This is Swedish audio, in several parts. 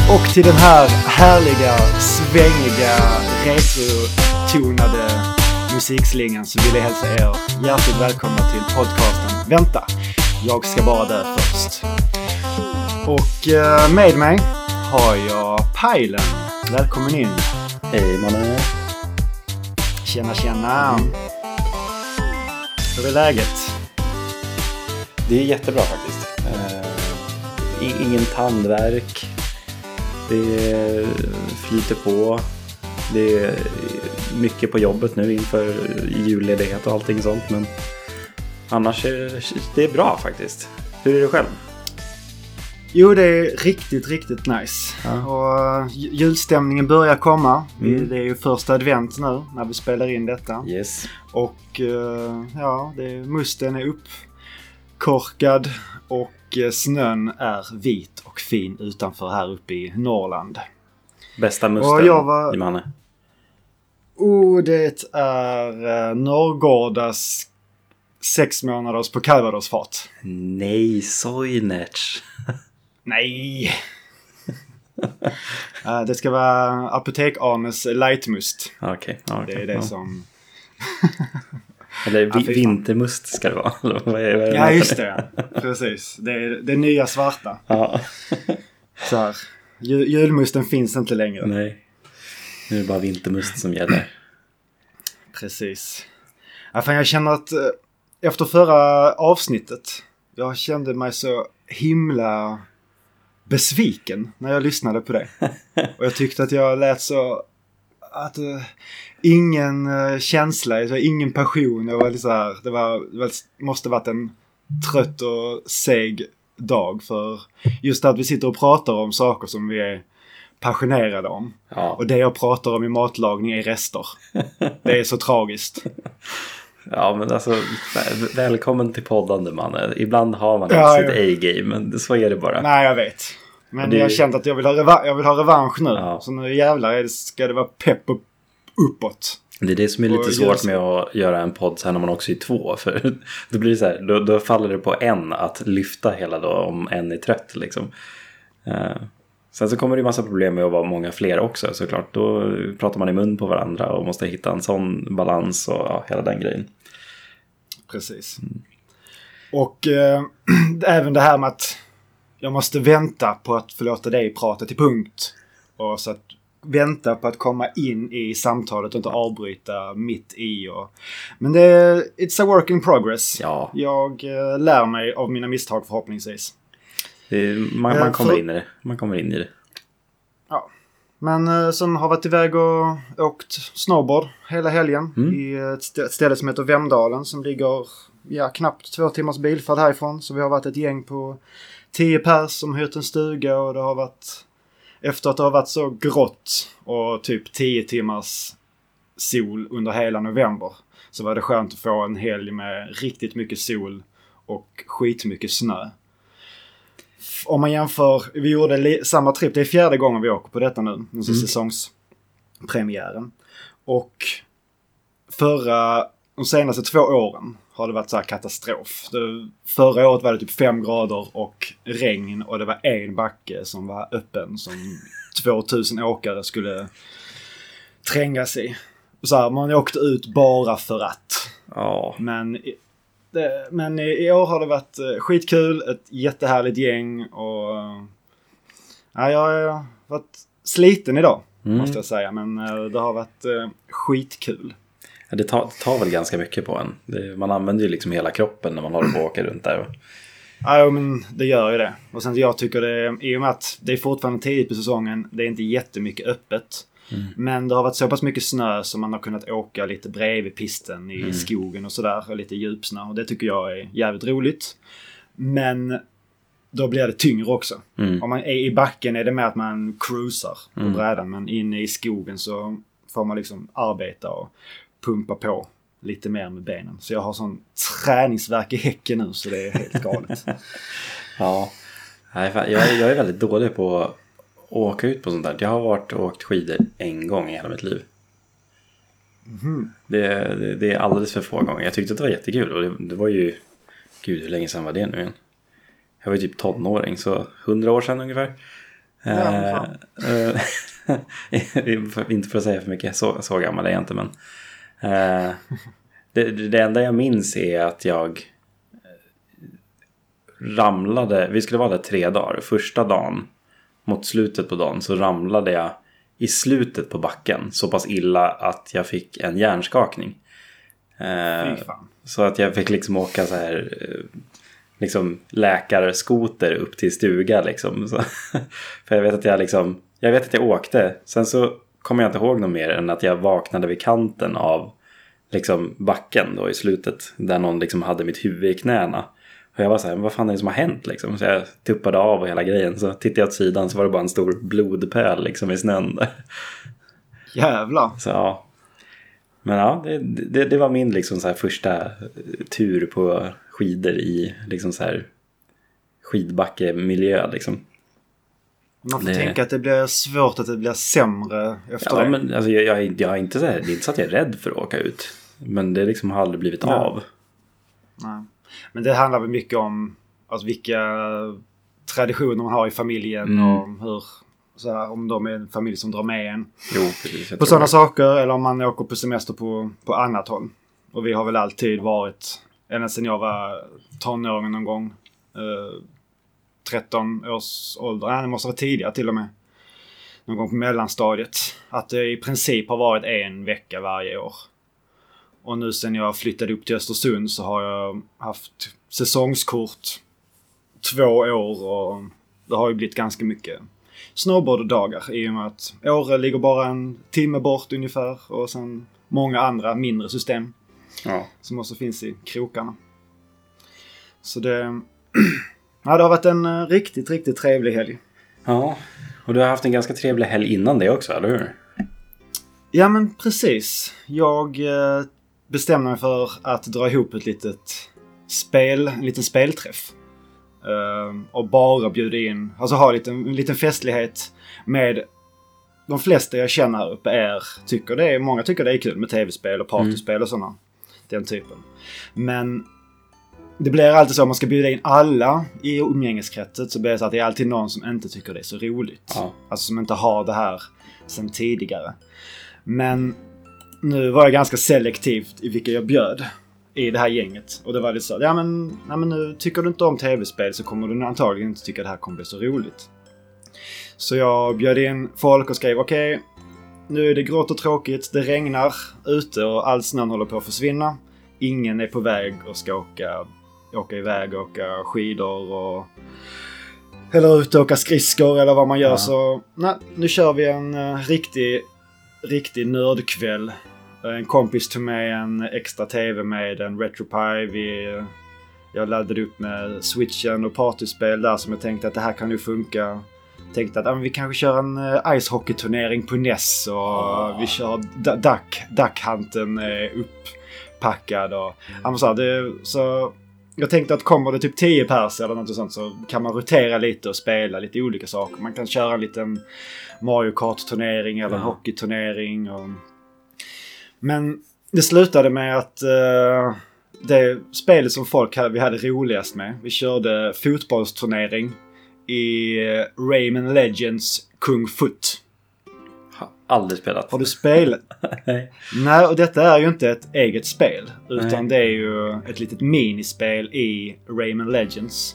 Och till den här härliga, svängiga, retrotonade musikslingan så vill jag hälsa er hjärtligt välkomna till podcasten Vänta, jag ska bara dö först. Och med mig har jag Pajlen. Välkommen in. Hej mannen. Tjena. Hur är läget? Det är jättebra faktiskt. Ingen tandvärk. Det flyter på. Det är mycket på jobbet nu inför julledighet och allting sånt. Men annars är det bra faktiskt. Hur är det själv? Jo, det är riktigt nice. Ja. Och julstämningen börjar komma. Det är ju första advent nu när vi spelar in detta. Yes. Och musten är uppkorkad och snön är vit och fin utanför här uppe i Norrland. Bästa musten i Manne? Det är Norrgårdas 6 månaders på Calvados-fat. Nej, Soinerts. Nej. Det ska vara Apotek-Arnes lightmust. Okej. Det är det som... Eller vintermust ska det vara. Vad är ja, just det. Precis. Det är det nya svarta. Ja. Så här. Julmusten finns inte längre. Nej. Nu är det bara vintermust som gäller. Precis. Ja, fan, jag känner att efter förra avsnittet jag kände mig så himla besviken när jag lyssnade på det. Och jag tyckte att jag lät så att ingen känsla, ingen passion. Jag var lite så här, det måste varit en trött och seg dag för just att vi sitter och pratar om saker som vi är passionerade om. Ja. Och det jag pratar om i matlagning är rester. Det är så tragiskt. Ja, men alltså välkommen till poddande man. Ibland har man sitt A-game, men så är det bara. Nej, jag vet. Men jag har känt att jag vill ha revansch nu. Ja. Så nu jävlar ska det vara pepp och uppåt. Det är det som är lite svårt med att göra en podd sen när man också är 2. För då blir det så här, då faller det på en att lyfta hela då om en är trött liksom. Sen så kommer det ju massa problem med att vara många fler också såklart. Då pratar man i mun på varandra och måste hitta en sån balans och hela den grejen. Precis. Och även det här med att jag måste vänta på att förlåta dig prata till punkt. Och så att vänta på att komma in i samtalet och inte avbryta mitt i. Men it's a work in progress. Ja. Jag lär mig av mina misstag förhoppningsvis. Man kommer in i det. Man kommer in i det. Ja. Men som har varit iväg och åkt snowboard hela helgen i ett ställe som heter Vemdalen som ligger knappt 2 timmars bilfärd härifrån. Så vi har varit ett gäng på 10 pers som hyrt en stuga och det har varit efter att det har varit så grått och typ 10 timmars sol under hela november så var det skönt att få en helg med riktigt mycket sol och skitmycket snö. Om man jämför, vi gjorde samma trip, det är 4:e gången vi åker på detta nu, alltså säsongspremiären. Och de senaste 2 åren har det varit så här katastrof. Förra året var det typ 5 grader och regn och det var en backe som var öppen som 2000 åkare skulle trängas i. Så här, man åkte ut bara för att. Ja. Men i år har det varit skitkul, ett jättehärligt gäng och jag har varit sliten idag måste jag säga, men det har varit skitkul. Ja, det tar väl ganska mycket på en. Man använder ju liksom hela kroppen när man håller på att åka runt där. Ja, men det gör ju det. Och sen jag tycker i och med att det är fortfarande tidigt på säsongen, det är inte jättemycket öppet. Men det har varit så pass mycket snö som man har kunnat åka lite bredvid pisten i skogen och sådär. Och lite djupsnö. Och det tycker jag är jävligt roligt. Men då blir det tyngre också. Om man är i backen är det mer att man cruisar på brädan. Men inne i skogen så får man liksom arbeta och pumpa på lite mer med benen. Så jag har sån träningsvärk i häcken nu så det är helt galet. Ja, jag är väldigt dålig på att åka ut på sånt där. Jag har åkt skidor en gång i hela mitt liv. Det är alldeles för få gånger. Jag tyckte att det var jättekul och det var ju, gud hur länge sedan var det nu igen? Jag var ju typ tonåring, så 100 år sedan ungefär. Inte för att säga för mycket, så gammal är jag inte, men det enda jag minns är att jag ramlade. Vi skulle vara där 3 dagar. Första dagen, mot slutet på dagen, så ramlade jag i slutet på backen så pass illa att jag fick en hjärnskakning. Så att jag fick liksom åka så här liksom läkarskoter upp till stuga liksom. Så, för jag vet att jag åkte. Sen så kommer jag inte ihåg något mer än att jag vaknade vid kanten av liksom backen då i slutet, där någon liksom hade mitt huvud i knäna. Och jag var så här, vad fan är det som har hänt liksom? Så jag tuppade av och hela grejen. Så tittade jag åt sidan, så var det bara en stor blodpöl liksom i snön där. Jävlar. Så ja. Men ja, det var min liksom så här första tur på skidor i liksom så här skidbackemiljö liksom. Man får tänka att det blir svårt, att det blir sämre efter det. Ja, men alltså, jag är inte så här, det är inte så att jag är rädd för att åka ut. Men det liksom har aldrig blivit av. Nej. Men det handlar väl mycket om alltså, vilka traditioner man har i familjen och hur, så här, om de är en familj som drar med en Jo, precis, på sådana saker, eller om man åker på semester på annat håll. Och vi har väl alltid varit, ända sedan jag var tonåring någon gång, 13 års ålder, nej, det måste vara tidigare till och med, någon gång på mellanstadiet, att det i princip har varit 1 vecka varje år. Och nu sen jag flyttade upp till Östersund så har jag haft säsongskort 2 år, och det har ju blivit ganska mycket snowboarddagar i och med att Åre ligger bara 1 timme bort ungefär, och sen många andra mindre system som också finns i krokarna. Så det har varit en riktigt, riktigt trevlig helg. Ja, och du har haft en ganska trevlig helg innan det också, eller hur? Ja, men precis. Jag bestämde mig för att dra ihop en liten spelträff. Och bara bjuda in, alltså ha en liten festlighet med de flesta jag känner här uppe. Många tycker det är kul med tv-spel och partyspel och sådana, den typen. Men det blir alltid så, om man ska bjuda in alla i umgängeskretset, så blir det så att det är alltid någon som inte tycker det är så roligt. Alltså som inte har det här sen tidigare. Men nu var jag ganska selektivt i vilka jag bjöd i det här gänget. Och det var lite så, men nu tycker du inte om tv-spel, så kommer du antagligen inte tycka det här kommer bli så roligt. Så jag bjöd in folk och skrev, okej, nu är det grått och tråkigt, det regnar ute och all snön håller på att försvinna. Ingen är på väg och ska åka iväg och åka skidor eller ut och åka skridskor eller vad man gör. Så nu kör vi en riktig nördkväll. En kompis tog med en extra tv med en RetroPie. Jag laddade upp med Switchen och partyspel där, som jag tänkte att det här kan ju funka. Tänkte att vi kanske kör en icehockeyturnering på NES, och vi kör Duck Hunten upppackad. Så jag tänkte att kommer det typ 10 pers eller något sånt, så kan man rotera lite och spela lite olika saker. Man kan köra en liten Mario Kart-turnering eller en hockeyturnering. Men det slutade med att det spelet som vi hade roligast med, vi körde fotbollsturnering i Rayman Legends Kung Foot. Har aldrig spelat. Har du spelat? Nej, och detta är ju inte ett eget spel, utan det är ju ett litet minispel i Rayman Legends.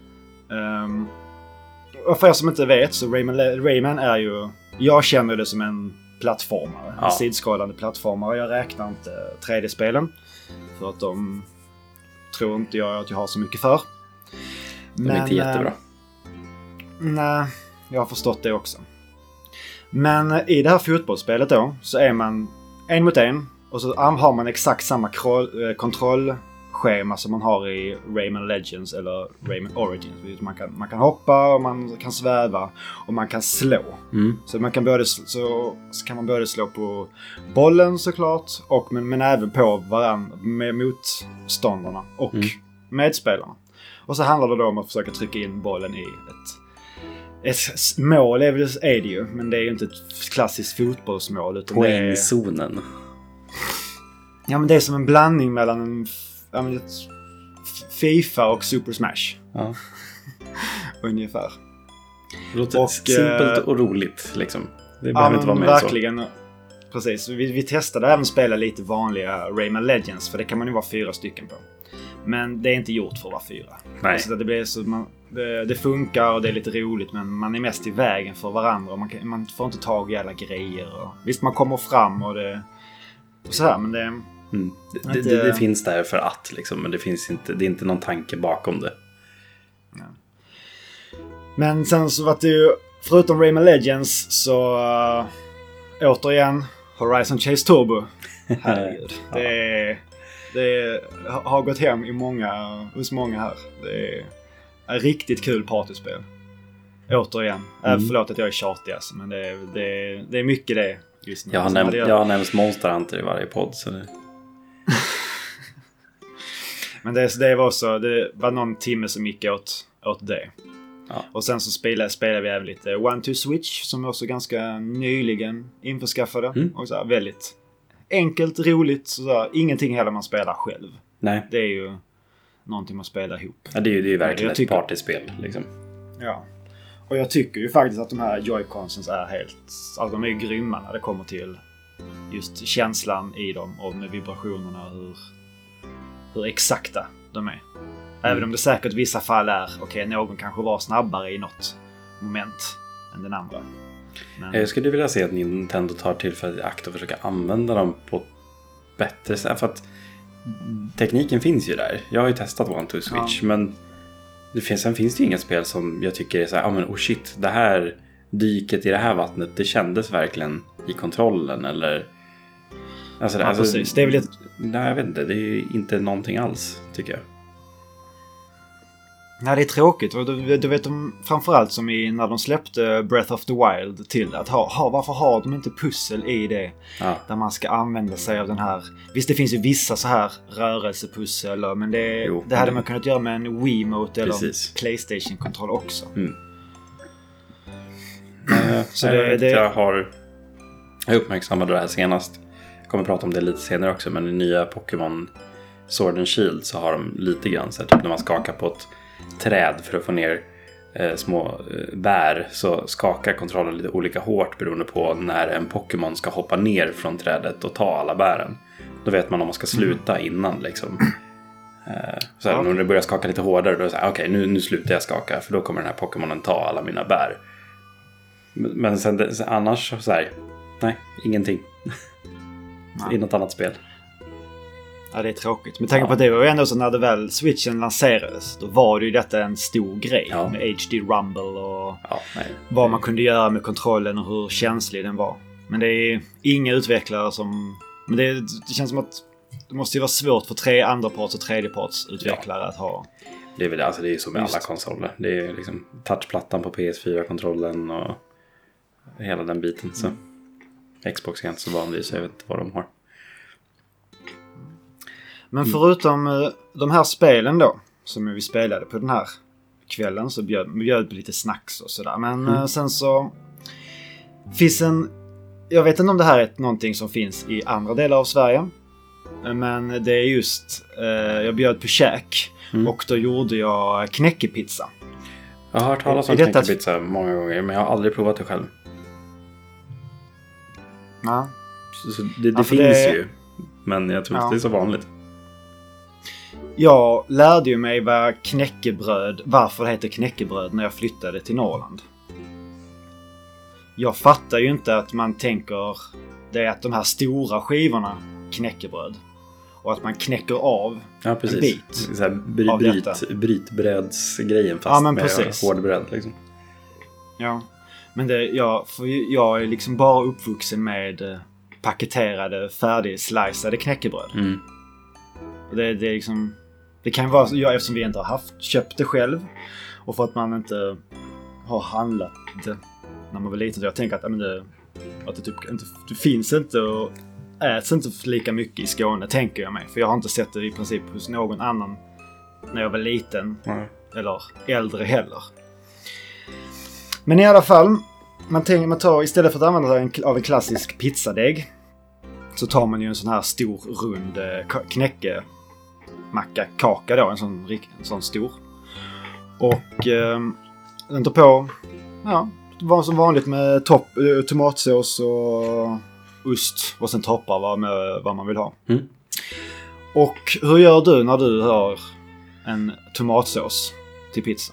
Och för er som inte vet, så Rayman är ju, jag känner det som en plattformare, en sidskrollande plattformare. Jag räknar inte 3D-spelen, för att de tror inte jag att jag har så mycket för. De är inte jättebra. Nej, jag har förstått det också. Men i det här fotbollsspelet då, så är man 1 mot 1, och så har man exakt samma kontrollschema som man har i Rayman Legends eller Rayman Origins. Man kan hoppa, och man kan sväva, och man kan slå. Så man kan kan man både slå på bollen såklart, men även på varandra, med motståndarna och medspelarna. Och så handlar det då om att försöka trycka in bollen i ett mål är det ju, men det är ju inte ett klassiskt fotbollsmål, utan poängzonen. Ja, men det är som en blandning mellan FIFA och Super Smash. Ja. Ungefär. Det låter simpelt och roligt liksom. Det behöver inte vara mer verkligen. Så. Precis. Vi testade även spela lite vanliga Rayman Legends, för det kan man ju vara 4 stycken på. Men det är inte gjort för att vara 4. Nej. Alltså det blir så det funkar och det är lite roligt, men man är mest i vägen för varandra och man får inte tag i alla grejer. Och, visst, man kommer fram och så här, men det... Det finns där för att liksom, men det är inte någon tanke bakom det. Ja. Men sen så var det ju, förutom Rayman Legends, så återigen Horizon Chase Turbo. Herregud. Det har gått hem hos många här. Det är ett riktigt kul partyspel. Återigen. Förlåt att jag är tjatig alltså, men det är mycket det just nu. Jag har nämnt Monster Hunter i varje podd. Så det... Men det var någon timme som gick åt det. Ja. Och sen så spelade vi även lite 1-2 Switch, som också ganska nyligen införskaffade. Och så här, väldigt enkelt, roligt. Så här, ingenting heller man spelar själv. Nej. Det är ju någonting man spelar ihop. Ja, det är ju verkligen ett partyspel liksom. Ja. Och jag tycker ju faktiskt att de här Joy-Consens är helt... Alltså de är ju grymma när det kommer till just känslan i dem och med vibrationerna, hur exakta de är. Även om det säkert i vissa fall är någon kanske var snabbare i något moment än den andra. Men... Jag skulle vilja se att Nintendo tar tillfället i akt och försöka använda dem på bättre sätt. För att tekniken finns ju där. Jag har ju testat 1-2 Switch, men sen finns det ju inga spel som jag tycker är så här, men shit, det här dyket i det här vattnet, det kändes verkligen i kontrollen, eller... Alltså, precis. Det är väl nej, jag vet inte. Det är ju inte någonting alls, tycker jag. Nej, det är tråkigt. Och du vet framförallt som när de släppte Breath of the Wild till att varför har de inte pussel i det? Ja. Där man ska använda sig av den här... Visst, det finns ju vissa så här rörelsepussel, men det hade man kunnat göra med en Wiimote eller en PlayStation-kontroll också. Så jag uppmärksammade det här senast. Jag kommer prata om det lite senare också, men i nya Pokémon Sword and Shield så har de lite grann så här, typ när man skakar på ett träd för att få ner små bär, så skakar kontrollen lite olika hårt beroende på när en Pokémon ska hoppa ner från trädet och ta alla bären. Då vet man om man ska sluta innan liksom. Så här, när det börjar skaka lite hårdare, då är det så här, okej, nu slutar jag skaka, för då kommer den här Pokémonen ta alla mina bär. Men sen annars så här, nej, ingenting. I något annat spel. Ja, det är tråkigt. Men tänk på att det var ju ändå så när det väl Switchen lanserades, då var det ju detta en stor grej med HD Rumble och vad man kunde göra med kontrollen och hur känslig den var. Men det är inga utvecklare som... Men det känns som att det måste ju vara svårt för andraparts och tredjeparts utvecklare att ha. Det är väl alltså, det är ju så med alla konsoler. Det är liksom touchplattan på PS4-kontrollen och hela den biten. Så Xbox är inte så vanlig, så jag vet inte vad de har. Men förutom de här spelen då, som vi spelade på den här kvällen, så bjöd på lite snacks och sådär. Men sen så finns jag vet inte om det här är någonting som finns i andra delar av Sverige. Men det är just, jag bjöd på käk och då gjorde jag knäckepizza. Jag har hört talas om knäckepizza många gånger, men jag har aldrig provat det själv. Ja. Så det finns ju, men jag tror inte det är så vanligt. Jag lärde ju mig varför det heter knäckebröd när jag flyttade till Norrland. Jag fattar ju inte att man tänker det är att de här stora skivorna knäckebröd och att man knäcker av en bit. Så här brytbrädsgrejen fast med hårdbröd liksom. Ja, men jag är liksom bara uppvuxen med paketerade, färdigsliceade knäckebröd. Det är liksom, det kan vara eftersom vi inte har köpt det själv och för att man inte har handlat det när man var liten. Jag tänker att det typ inte, det finns inte och äts inte lika mycket i Skåne, tänker jag mig. För jag har inte sett det i princip hos någon annan när jag var liten eller äldre heller. Men i alla fall, man tar istället för att använda sig av en klassisk pizzadeg, så tar man ju en sån här stor rund knäckemacka-kaka då, en sån stor. Och den tar på ja, det var som vanligt med tomatsås och ost. Och sen toppar vad man vill ha. Mm. Och hur gör du när du har en tomatsås till pizza?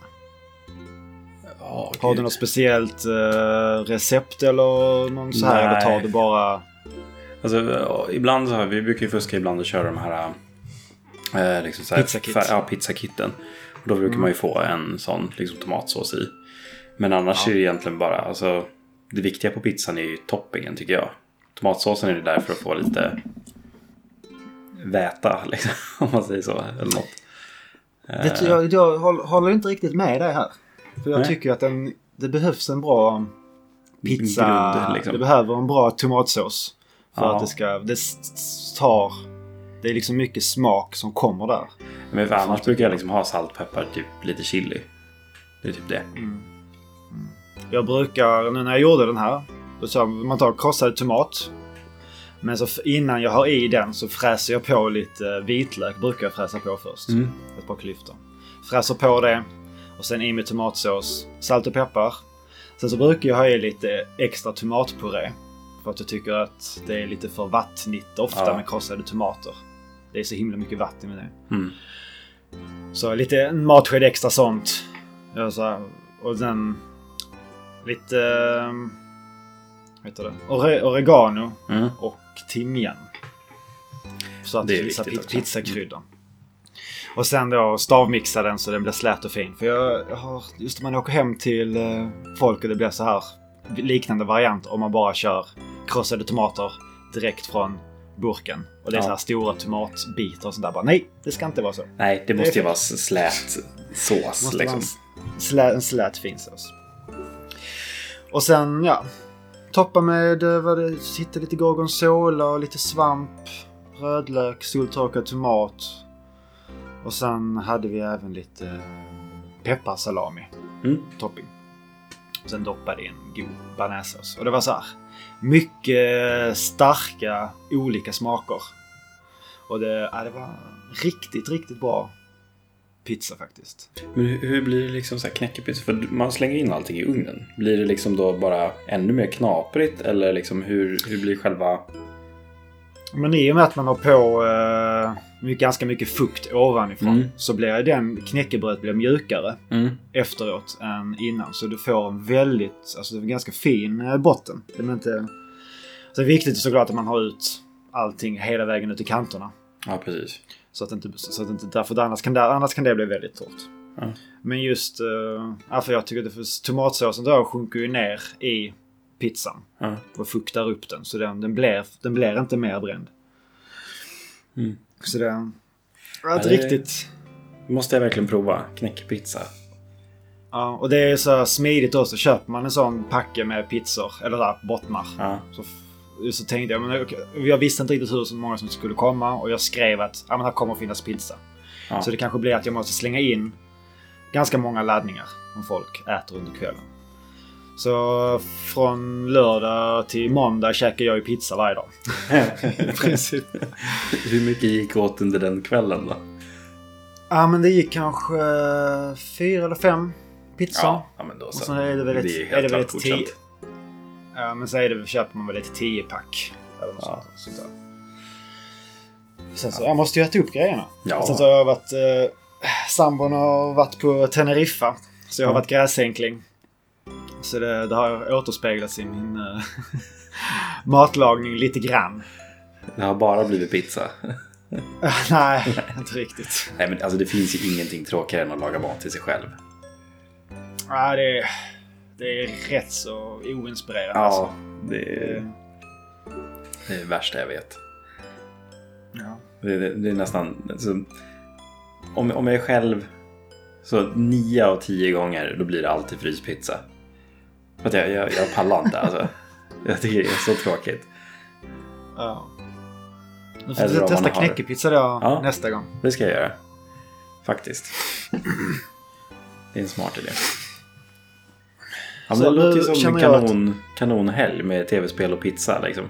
Har du något speciellt recept eller någon så här? Eller tar du bara... Alltså, ibland så här, vi brukar ju fuska ibland och köra de här liksom så här pizzakitten. Och då brukar man ju få en sån liksom tomatsås i. Men annars är det egentligen bara, alltså, det viktiga på pizzan är ju toppingen, tycker jag. Tomatsåsen är det där för att få lite väta, liksom, om man säger så, eller något. Jag håller inte riktigt med dig här. För jag tycker att det behövs en bra pizza. Grund, liksom. Det behöver en bra tomatsås. För att det är liksom mycket smak som kommer där. Men för annars brukar jag liksom ha salt, peppar, typ lite chili. Det är typ det. Jag brukar, nu när jag gjorde den här, då så man tar krossad tomat. Men så innan jag har i den så fräser jag på lite vitlök. Brukar jag fräsa på först. Ett par klyftor. Fräser på det. Och sen i med tomatsås, salt och peppar. Sen så brukar jag ha i lite extra tomatpuré. För att jag tycker att det är lite för vattnigt ofta med krossade tomater. Det är så himla mycket vatten med det. Så lite en matsked extra sånt. Och sen lite oregano och timjan. Så att det vissa pizzakryddor. Och sen då stavmixa den så den blir slät och fin. För jag har, just när man åker hem till folk och det blir så här liknande variant om man bara kör krossade tomater direkt från burken. Och det är så här stora tomatbitar och sånt där. Bara, nej, det ska inte vara så. Nej, det måste ju vara slät sås. Liksom. En slät fin sås. Och sen, toppa med vad det sitter lite gorgonzola och lite svamp, rödlök, soltorkad tomat. Och sen hade vi även lite pepparsalami. Topping. Sen doppade i en god bearnaisesås. Och det var så här mycket starka olika smaker. Och det var riktigt, riktigt bra pizza faktiskt. Men hur blir det liksom så här knäckepizza? För man slänger in allting i ugnen. Blir det liksom då bara ännu mer knaprigt? Eller liksom hur blir själva... Men i och med att man har på ganska mycket fukt ovanifrån så blir den knäckebrödet blir mjukare efteråt än innan. Så du får en väldigt, alltså en ganska fin botten. Det är inte... Så det är viktigt såklart att man har ut allting hela vägen ut i kanterna. Ja, precis. Så att inte därför annars kan det bli väldigt torrt. Men just för jag tycker att tomatsåsen då sjunker ju ner i pizzan och fuktar upp den så den blir inte mer bränd. Så det är riktigt. Måste jag verkligen prova knäckepizza. Ja, och det är så smidigt också. Köper man en sån packe med pizzor eller där bottnar så tänkte jag, men jag visste inte riktigt hur så många som skulle komma och jag skrev att här kommer att finnas pizza. Så det kanske blir att jag måste slänga in ganska många laddningar om folk äter under kvällen. Så från lördag till måndag käkar jag ju pizza varje dag. I princip. Hur mycket gick åt under den kvällen då? Ja, men det gick kanske 4 eller 5 pizzor. Ja, men då så. Och så är det väl ett 10. Ja, men så köper man väl ett 10-pack. Eller något sånt där. Sen så jag måste ju äta upp grejerna. Ja. Sen så har jag varit... sambon har varit på Teneriffa. Så jag har varit gräsänkling. Så det har återspeglats i min matlagning lite grann. Det har bara blivit pizza. Nej, inte riktigt. Nej, men alltså det finns ju ingenting tråkigare än att laga mat till sig själv. Ja, det är rätt så oinspirerande. Ja, alltså. Det är det värsta jag vet. Ja. Det är nästan... Alltså, om jag är själv så 9 av 10 gånger då blir det alltid fryspizza. För att jag pallar inte alltså. Jag tycker det är så tråkigt. Ja. Nu får du testa knäckepizza då nästa gång. Det ska jag göra. Faktiskt. Det är en smart idé. Ja, men det låter ju som en kanonhelg med tv-spel och pizza liksom.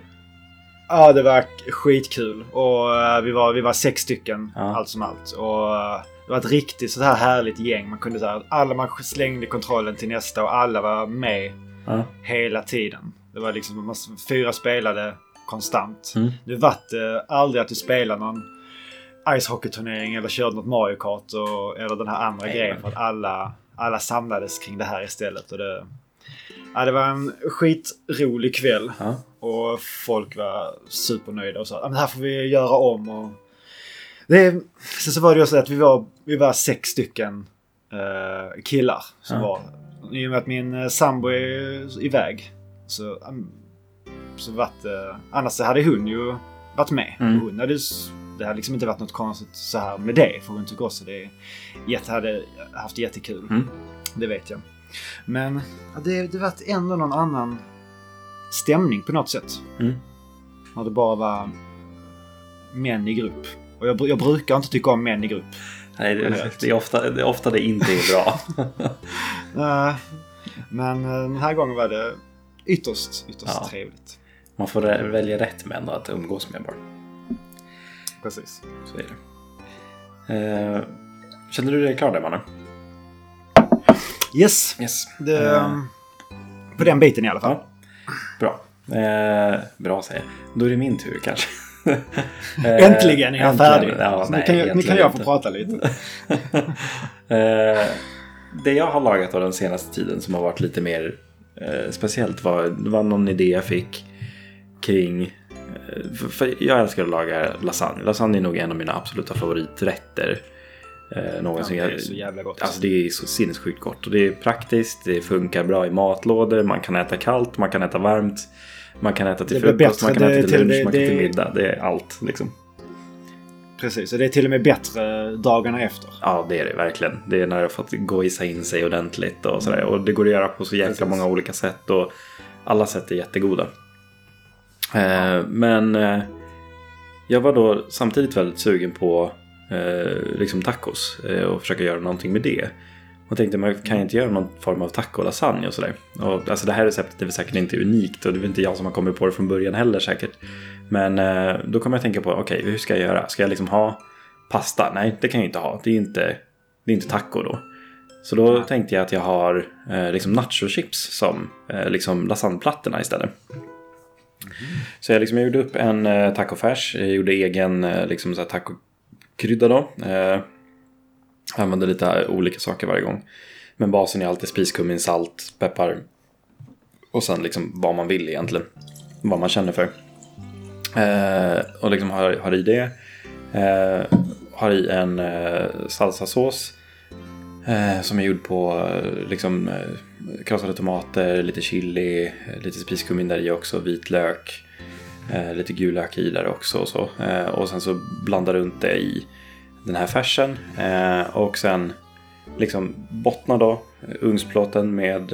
Ja, det var skitkul. Och vi var 6 stycken allt som allt. Och det var ett riktigt så här härligt gäng. Man kunde säga alla man slängde kontrollen till nästa och alla var med hela tiden. Det var liksom 4 spelade konstant. Det var aldrig att du spelade någon icehockeyturnering eller körde något Mario Kart eller den här andra grejen för att alla samlades kring det här istället och det var en skitrolig kväll och folk var supernöjda och sa att det här får vi göra om och sen så var det ju så att vi var 6 stycken killar som var i och med att min sambo är iväg så var det, annars hade hon ju varit med. Hon hade det hade liksom inte varit något konstigt så här med det för hon tycker också det hade haft jättekul. Det vet jag. Men det var ändå någon annan stämning på något sätt. När det bara var män i grupp. Och jag brukar inte tycka om män i grupp. Nej, det är ofta det inte är bra. Men den här gången var det ytterst trevligt. Man får välja rätt män att umgås med bara. Precis. Så är det. Känner du dig klar där, mannen? Yes. På den biten i alla fall. Bra. Bra att säga. Då är det min tur kanske. Äntligen är jag färdig. Ja, nu kan jag få prata lite. Det jag har lagat av den senaste tiden som har varit lite mer speciellt var någon idé jag fick kring... För jag älskar att laga lasagne. Lasagne är nog en av mina absoluta favoriträtter. Det är så jävla gott. Alltså det är så sinnessjukt gott. Och det är praktiskt, det funkar bra i matlådor. Man kan äta kallt, man kan äta varmt. Man kan äta till frukost, man kan äta till lunch, man kan till middag. Det är allt liksom. Precis, och det är till och med bättre dagarna efter. Ja, det är det verkligen. Det är när det har fått gojsa in sig ordentligt och sådär. Och det går att göra på så jäkla många olika sätt. Och alla sätt är jättegoda. Men jag var då samtidigt väldigt sugen på liksom tacos och försöka göra någonting med det. Och tänkte man kan inte göra någon form av taco-lasagne och sådär. Och alltså det här receptet är väl säkert inte unikt och det är inte jag som har kommit på det från början heller säkert. Men då kommer jag tänka på okej, hur ska jag göra? Ska jag liksom ha pasta? Nej, det kan jag inte ha. Det är inte taco då. Så då tänkte jag att jag har liksom nacho-chips som liksom lasagneplattorna istället. Så jag gjorde upp en tacofärs. Jag gjorde egen liksom så här tacokrydda då. Jag använde lite olika saker varje gång. Men basen är alltid spiskummin, salt, peppar. Och sen liksom vad man vill egentligen. Vad man känner för. Och liksom har i det. Har i en salsasås. Som är gjord på liksom krossade tomater, lite chili, lite spiskummin där i också, vitlök, lite gul lök i där också och så. Och sen så blandar runt det i den här färsen och sen liksom bottna då ugnsplåten med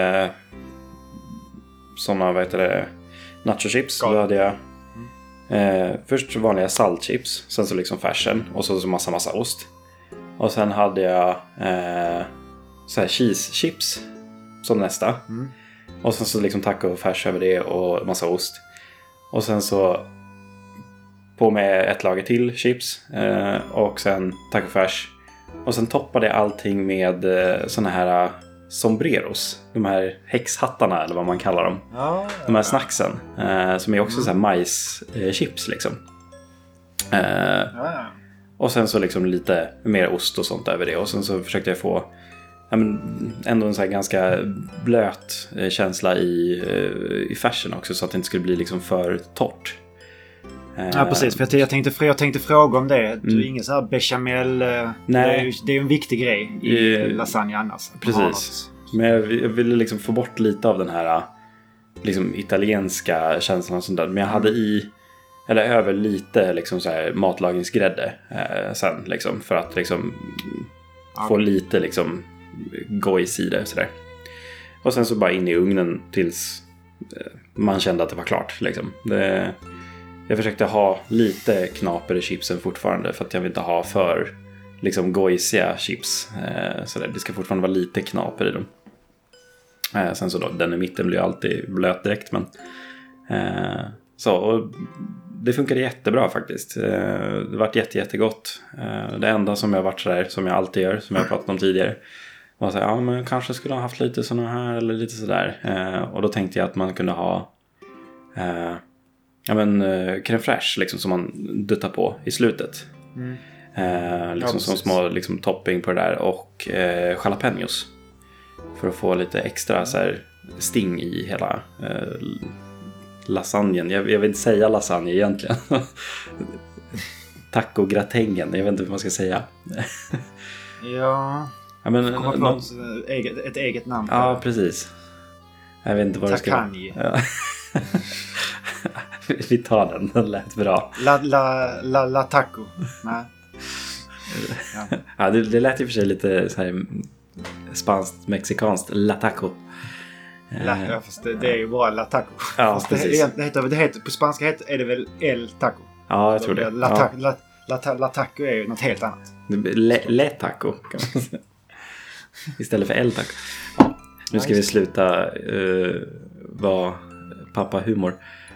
såna nacho-chips. Då hade jag först vanliga saltchips, sen så liksom färsen och så massa ost. Och sen hade jag så här cheese chips som nästa. Och sen så liksom tacofärs över det och massa ost. Och sen så på med ett lager till chips och sen tacofärs. Och sen toppade jag allting med såna här sombreros. De här häxhattarna eller vad man kallar dem. De här snacksen som är också så här majschips liksom. Och sen så liksom lite mer ost och sånt över det. Och sen så försökte jag få ändå en så här ganska blöt känsla i färsen också. Så att det inte skulle bli liksom för torrt. Ja, precis. För jag tänkte fråga om det. Du är ingen så här bechamel. Nej. Det är en viktig grej i lasagne annars. Precis. Men jag ville liksom få bort lite av den här liksom italienska känslan och sånt där. Men jag hade över lite liksom så här matlagningsgrädde sen liksom för att liksom få lite liksom gojs i det sådär. Och sen så bara in i ugnen tills man kände att det var klart liksom. Jag försökte ha lite knaper i chipsen fortfarande för att jag vill inte ha för liksom gojsiga chips sådär. Det ska fortfarande vara lite knaper i dem. Sen så då, den i mitten blir ju alltid blöt direkt men så och det funkade jättebra faktiskt. Det vart jättegott. Det enda som jag varit sådär, som jag alltid gör, som jag pratat om tidigare, var så här, ja men kanske skulle ha haft lite sådana här eller lite sådär. Och då tänkte jag att man kunde ha crème fraîche liksom, som man duttar på i slutet. Liksom som små liksom, topping på det där. Och jalapenos. För att få lite extra så här, sting i hela lasagnen. Jag vill inte säga lasagne egentligen. Taco-gratängen, jag vet inte vad man ska säga. Ja men ett eget namn. Ja, precis. Jag vet inte vad det ska vara. Ja. Vi tar den lät bra. La taco. Nej. Ja, det lät ju för sig lite så här spanskt, mexikanskt. La taco. Ja, fast det är ju bara la taco. Ja, fast precis. det heter, på spanska är det väl el taco. Ja, jag tror det. La taco är ju något helt annat. Le taco. Istället för el taco. Ja, nu ska vi sluta vara pappa humor.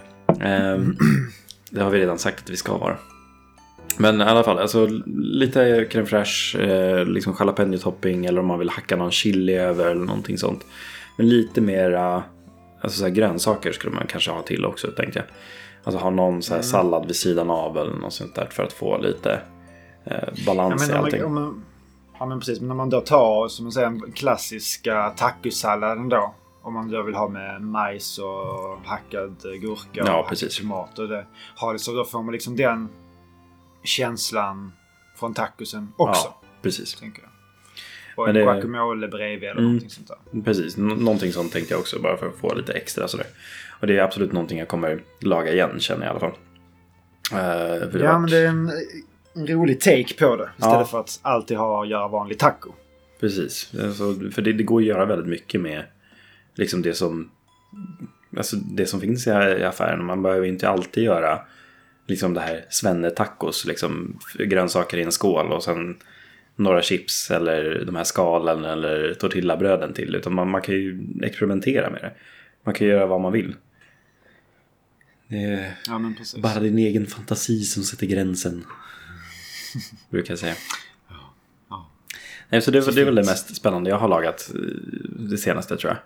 Det har vi redan sagt att vi ska vara. Men i alla fall, alltså lite crème fraîche, liksom jalapeno topping, eller om man vill hacka någon chili över eller någonting sånt. Men lite mera, alltså så här grönsaker skulle man kanske ha till också, tänkte jag. Alltså ha någon så här sallad vid sidan av eller något sånt där för att få lite balans i allting. Ja men precis, men om man då tar som man säger en klassiska tacosalladen då, om man då vill ha med majs och hackad gurka och tomat och det har det, så då får man liksom den känslan från tacosen också. Ja, precis. Tänker jag. Och en guacamole bredvid eller någonting sånt där. Precis, någonting sånt tänkte jag också, bara för att få lite extra sådär. Och det är absolut någonting jag kommer laga igen, känner jag i alla fall. Men det är en rolig take på det, istället för att alltid göra vanlig taco. Precis, alltså, för det går att göra väldigt mycket med liksom det som finns i affären. Man behöver inte alltid göra liksom det här svenne-tacos, liksom grönsaker i en skål och sen några chips eller de här skalen eller tortillabröden till, utan man kan ju experimentera med det. Man kan göra vad man vill. Det är bara din egen fantasi som sätter gränsen, brukar jag säga. Nej, så det är väl det mest spännande jag har lagat det senaste, tror jag.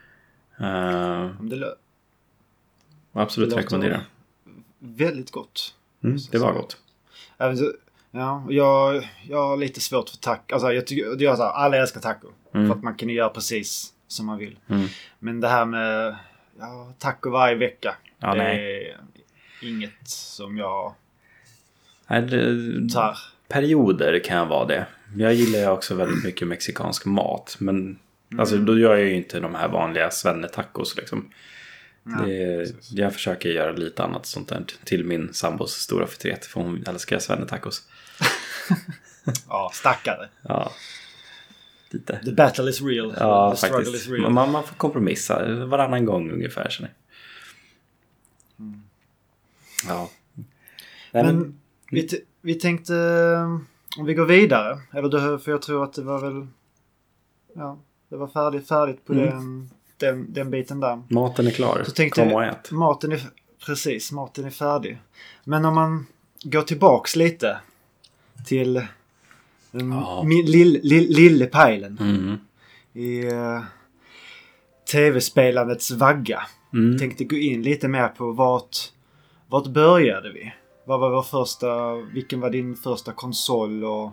Absolut rekommendera. Väldigt gott. Det var gott. Ja, jag har lite svårt för taco. Alltså jag tycker det är så här, alla älskar taco för att man kan göra precis som man vill. Men det här med taco varje vecka, det är inget som jag tar. Perioder kan jag vara det. Jag gillar ju också väldigt mycket mexikansk mat, men alltså då gör jag ju inte de här vanliga svenne-tacos liksom. Jag försöker göra lite annat sånt där till min sambos stora förtret, för hon älskar svenne-tacos. Ja, stackare. Ja, lite. The battle is real. Ja, the struggle faktiskt. Is real. Man får kompromissa varannan gång ungefär. Så ja. Men vi tänkte om vi går vidare, eller för jag tror att det var väl det var färdigt på den biten där. Maten är klar. Så tänkte kom och ät. Maten är färdig. Men om man går tillbaks lite till lille pejlen i tv-spelandets vagga. Tänkte gå in lite mer på vart började vi? Vad var vår första, vilken var din första konsol och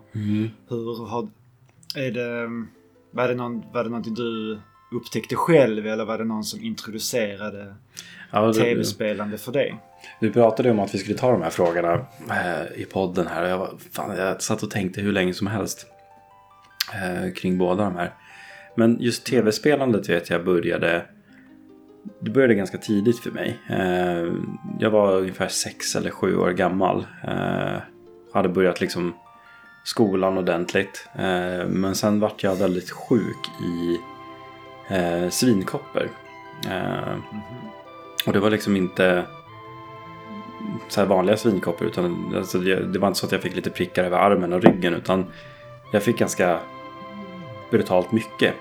var det någonting du upptäckte själv, eller var det någon som introducerade tv-spelande för dig? Du pratade om att vi skulle ta de här frågorna i podden här. Jag satt och tänkte hur länge som helst kring båda de här. Men just tv-spelandet vet jag det började ganska tidigt för mig. Jag var ungefär 6 eller 7 år gammal. Hade börjat liksom skolan ordentligt. Men sen vart jag väldigt sjuk i svinkoppor. Och det var liksom inte så här vanliga svinkoppor, utan alltså det var inte så att jag fick lite prickar över armen och ryggen, utan jag fick ganska brutalt mycket.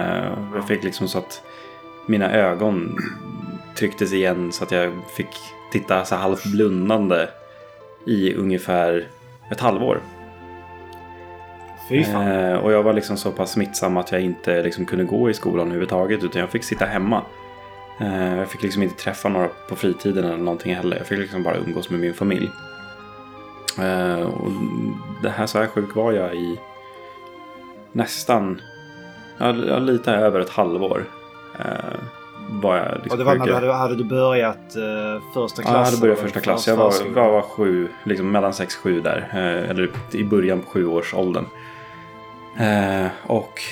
Jag fick liksom så att mina ögon trycktes igen så att jag fick titta så halvt blundande i ungefär ett halvår. Fy fan. Och jag var liksom så pass smittsam att jag inte liksom kunde gå i skolan överhuvudtaget, utan jag fick sitta hemma. Jag fick liksom inte träffa några på fritiden eller någonting heller. Jag fick liksom bara umgås med min familj. Och det här, så här sjuk var jag i nästan lite över ett halvår. Var jag liksom, och det var när du hade börjat första klass? Ja, jag hade börjat första klass. Jag var 7, liksom mellan 6-7 där. Eller i början på 7-årsåldern. Och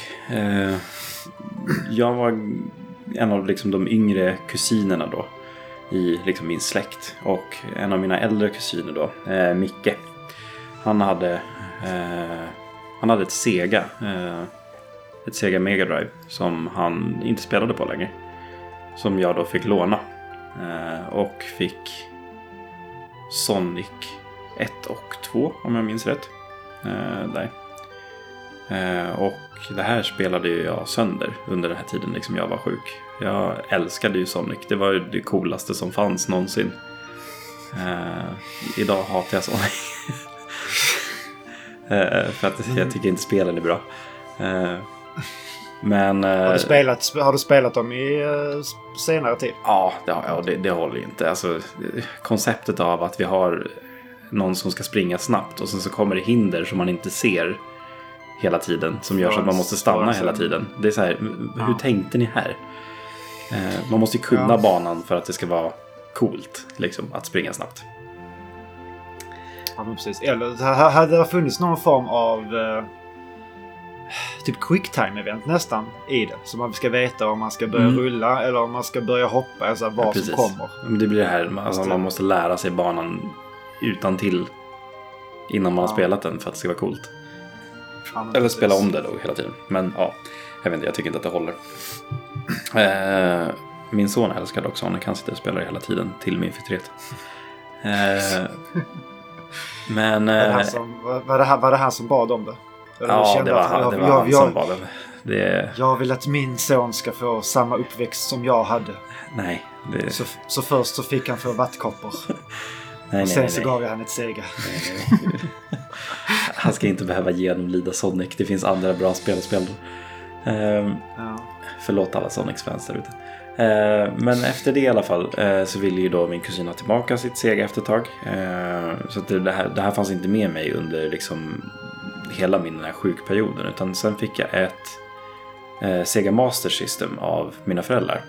jag var en av liksom de yngre kusinerna då i liksom min släkt. Och en av mina äldre kusiner då, Micke. Han hade ett Sega. Ett Sega Mega Drive som han inte spelade på längre. Som jag då fick låna. Och fick Sonic 1 och 2 om jag minns rätt. Där. Och det här spelade jag sönder under den här tiden liksom jag var sjuk. Jag älskade ju Sonic. Det var ju det coolaste som fanns någonsin. Idag hatar jag Sonic. För att jag tycker inte spelen är bra. Men har du spelat dem i senare tid? Ja, det håller ju inte. Alltså, konceptet av att vi har någon som ska springa snabbt och sen så kommer det hinder som man inte ser hela tiden, som gör så att man måste stanna hela tiden. Det är så här, hur tänkte ni här? Man måste ju kunna banan för att det ska vara coolt liksom, att springa snabbt. Ja, men precis. Eller hade det funnits någon form av typ quicktime-event nästan i det. Så man ska veta om man ska börja rulla eller om man ska börja hoppa. Alltså vad som kommer. Det blir det här, alltså, man måste lära sig banan utan till innan man har spelat den för att det ska vara coolt. Ja, eller spela om det då hela tiden. Men ja, jag vet inte, jag tycker inte att det håller. Min son älskar dock Sonic. Han sitter och spelar hela tiden till min förtret. Men var det han som bad om det? Eller ja, det var han som bad om det. Jag vill att min son ska få samma uppväxt som jag hade. Nej. Så först så fick han få vattkoppor. Och sen så gav jag han ett Sega. Han ska inte behöva genomlida Sonic. Det finns andra bra spel. Förlåt alla Sonics-fans där ute. Men efter det i alla fall så ville ju då min kusin ha tillbaka sitt Sega efter ett tag. Så att det här fanns inte med mig under liksom hela min den här sjukperioden. Utan sen fick jag ett Sega Master System av mina föräldrar.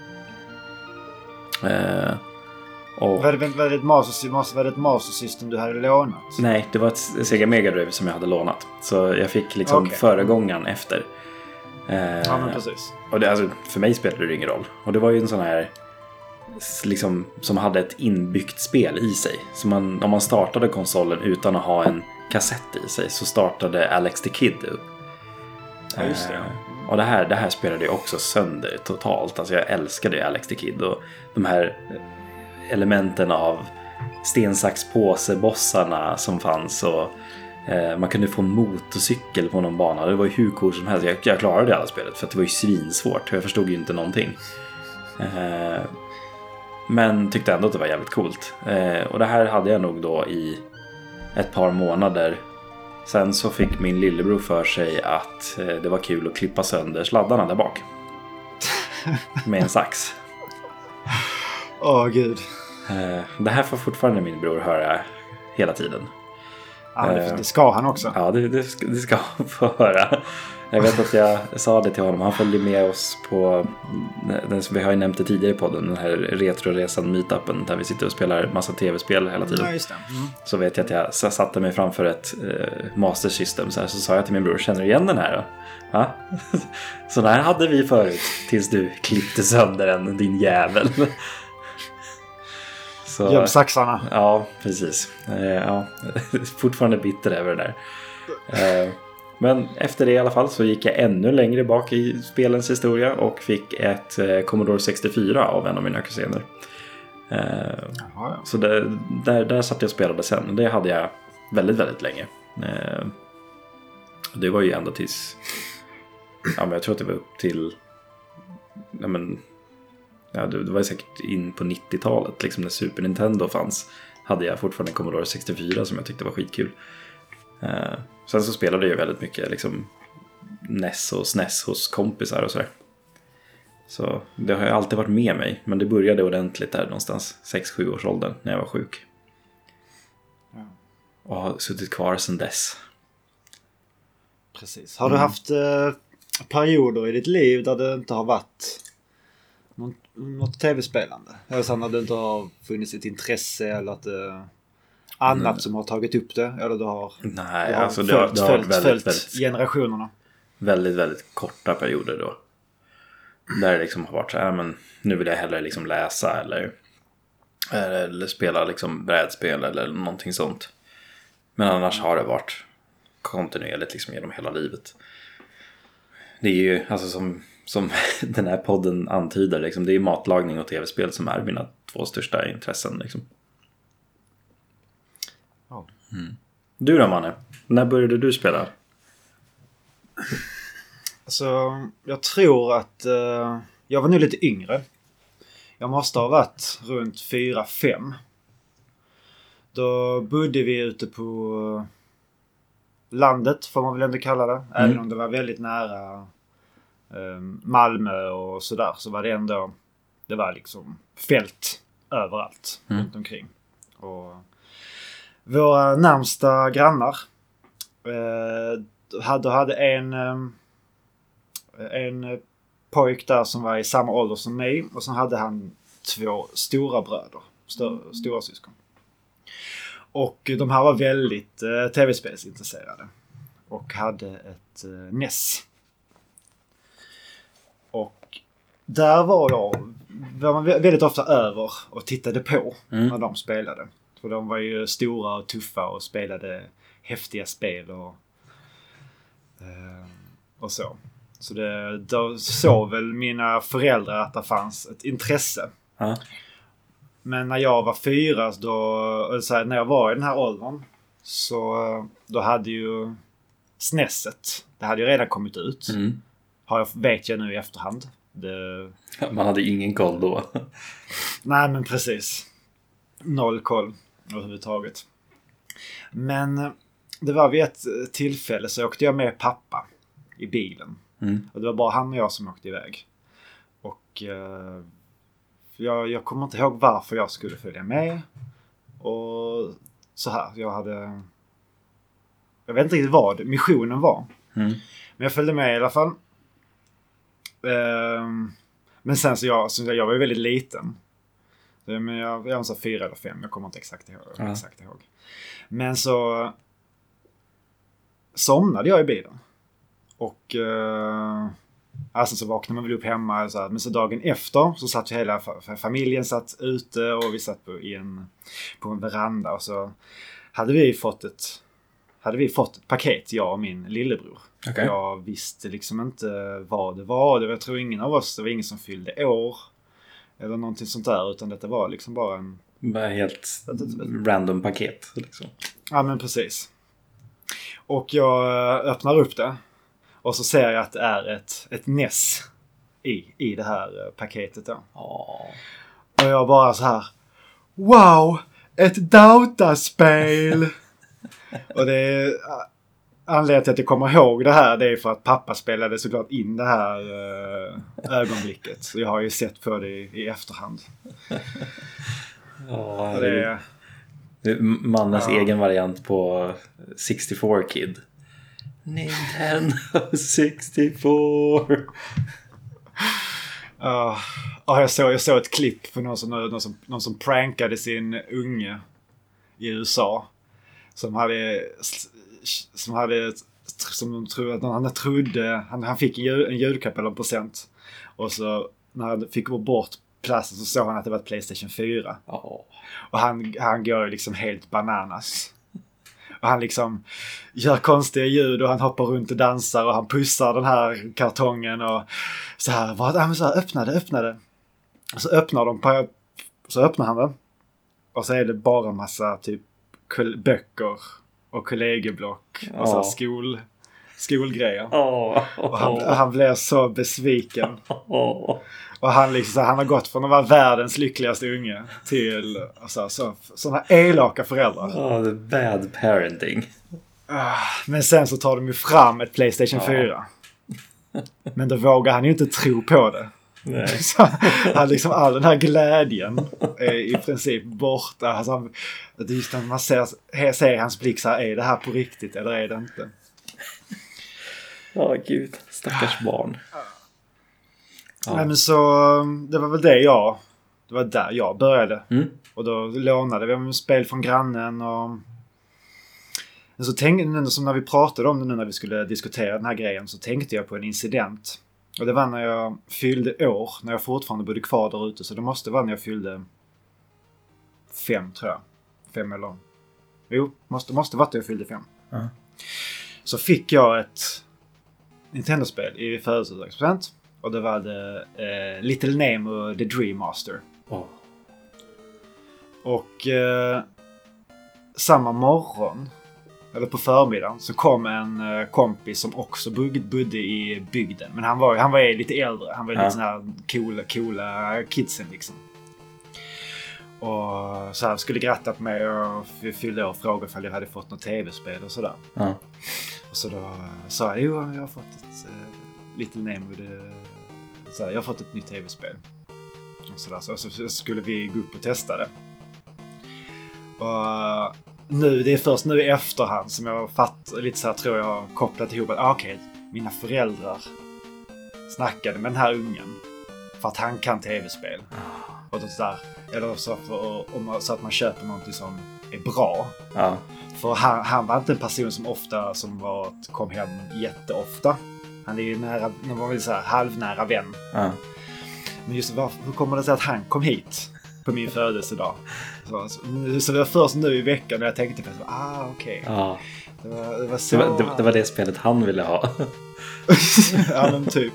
Var det ett Master System du hade lånat? Nej, det var ett Sega Mega Drive som jag hade lånat. Så jag fick liksom föregångaren efter. Ja, men precis. Och det, alltså, för mig spelade det ingen roll. Och det var ju en sån här liksom, som hade ett inbyggt spel i sig. Så om man startade konsolen utan att ha en kassett i sig, så startade Alex the Kid upp. Ja, just det. Och det här spelade jag också sönder totalt. Alltså jag älskade Alex the Kid. Och de här elementen av sten-sax-påse-bossarna som fanns. Och man kunde få en motorcykel på någon bana. Det var ju hur coolt som helst. Jag klarade det alla spelet för att det var ju svinsvårt. Jag förstod ju inte någonting. Men tyckte ändå att det var jävligt coolt. Och det här hade jag nog då i ett par månader. Sen så fick min lillebror för sig att det var kul att klippa sönder sladdarna där bak. Med en sax. Åh, gud. Det här får fortfarande min bror höra hela tiden. Ja, det ska han också. Ja, det ska han få höra. Jag vet att jag sa det till honom. Han följde med oss på den som vi har ju nämnt det tidigare på den här Retroresan meetupen där vi sitter och spelar massa tv-spel hela tiden. Ja, just det. Så vet jag att jag satte mig framför ett Master System så sa jag till min bror, känner du igen den här då? Va? Så där hade vi förut tills du klippte sönder den, din jävel. Göm saxarna. Ja, precis. Ja, fortfarande bitter över det där. Men efter det i alla fall så gick jag ännu längre bak i spelens historia och fick ett Commodore 64 av en av mina kusiner. Så där satt jag och spelade sen. Det hade jag väldigt, väldigt länge. Det var ju ända tills... Ja, men jag tror att det var upp till... ja, det var säkert in på 90-talet liksom när Super Nintendo fanns. Hade jag fortfarande Commodore 64 som jag tyckte var skitkul. Sen så spelade jag väldigt mycket liksom NES och SNES hos kompisar och sådär. Så det har ju alltid varit med mig. Men det började ordentligt där någonstans 6-7 års åldern när jag var sjuk. Ja. Och har suttit kvar sedan dess. Precis. Har du haft perioder i ditt liv där det inte har varit något tv-spelande? Eller så när det inte har funnits ett intresse eller att annat som har tagit upp det? Eller du har, Nej, du har alltså det har väldigt generationerna? Väldigt, väldigt korta perioder då. Där det liksom har varit så här, men nu vill jag hellre liksom läsa eller spela liksom brädspel eller någonting sånt. Men annars har det varit kontinuerligt liksom genom hela livet. Det är ju alltså som den här podden antyder liksom, det är matlagning och tv-spel som är mina 2 största intressen liksom. Ja. Du då, Manne? När började du spela? Alltså, jag tror att jag var nu lite yngre. Jag måste ha varit runt 4-5. Då bodde vi ute på landet, får man väl ändå kalla det. Även om det var väldigt nära Malmö och sådär, så var det ändå, det var liksom fält överallt runt omkring. Och våra närmsta grannar hade en pojk där som var i samma ålder som mig, och sen hade han 2 stora bröder, stora syskon. Och de här var väldigt tv-spelsintresserade och hade ett NES. Och där var man väldigt ofta över och tittade på när de spelade. För de var ju stora och tuffa och spelade häftiga spel och så. Så då såg väl mina föräldrar att det fanns ett intresse. Men när jag var 4, när jag var i den här åldern, så då hade ju SNESet, det hade ju redan kommit ut. Vet jag nu i efterhand. Man hade ingen koll då. Nej, men precis. 0 koll överhuvudtaget. Men det var vid ett tillfälle så åkte jag med pappa i bilen. Och det var bara han och jag som åkte iväg. Och jag kommer inte ihåg varför jag skulle följa med. Och så här, jag vet inte riktigt vad missionen var. Men jag följde med i alla fall. Men sen så jag var ju väldigt liten. Men jag var 4 eller 5, jag kommer inte exakt ihåg. Men så somnade jag i bilen. Och alltså så vaknade man väl upp hemma. Men så dagen efter så satt hela familjen satt ute och vi satt på en veranda. Och så hade vi fått ett paket, jag och min lillebror. Okay. Jag visste liksom inte vad det var. Jag tror ingen av oss, det var ingen som fyllde år. Eller någonting sånt där. Utan detta var liksom bara helt random paket liksom. Ja, men precis. Och jag öppnar upp det. Och så ser jag att det är ett NES i det här paketet då. Och jag bara så här: wow! Ett dataspel! Och det är anledningen till att jag kommer ihåg det här, det är för att pappa spelade såklart in det här ögonblicket. Så jag har ju sett på det i efterhand. Det är Mannes egen variant på 64 Kid. Nintendo 64. Jag såg ett klipp på någon som prankade sin unge i USA. Som han fick en julklapp eller en present. Och så när han fick gå bort platsen så såg han att det var ett PlayStation 4. Och han går liksom helt bananas. Och han liksom gör konstiga ljud och han hoppar runt och dansar och han pussar den här kartongen och så här, öppna det. Och så öppnar han den. Och så är det bara massa typ böcker och kollegieblock och så skolgrejer. Och Oh. han blev så besviken. Och han har gått från att vara världens lyckligaste unge till sådana elaka föräldrar. The bad parenting. Men sen så tar de ju fram ett PlayStation 4. Men då vågar han ju inte tro på det. Nej. Så han all den här glädjen är i princip borta. Alltså, det är just när man ser hans blick så här, är det här på riktigt eller är det inte? Gud, stackars barn. Nej, men så det var väl det var där jag började. Och då lånade vi en spel från grannen och så tänkte, som när vi pratade om det nu när vi skulle diskutera den här grejen, så tänkte jag på en incident. Och det var när jag fyllde år, när jag fortfarande bodde kvar där ute. Så det måste vara när jag fyllde 5, tror jag. 5 eller... Jo, måste vara att jag fyllde 5. Så fick jag ett Nintendo-spel i födelsedagspresent. Och det var Little Nemo The Dream Master. Och samma morgon, eller på förmiddagen, så kom en kompis som också bodde i bygden. Men han var lite äldre. Han var lite sån här coola kidsen liksom. Och så här skulle gratta på mig och fyllde och frågade om jag hade fått något tv-spel och sådär. Och så då sa jag, jag har fått ett Little Nemo. Så jag har fått ett nytt tv-spel. Och så skulle vi gå upp och testa det. Och det är först nu i efterhand som jag lite så här, tror jag har kopplat ihop att mina föräldrar snackade med den här ungen för att han kan tv-spel. Och så där, eller så att man köper någonting som är bra. För han var inte en person som kom hem jätteofta. Han är ju halvnära vän. Men just hur kommer det sig att han kom hit på min födelsedag? Så det var först nu i veckan när jag tänkte på det. Okej. Det var det spelet han ville ha. Ja, men typ.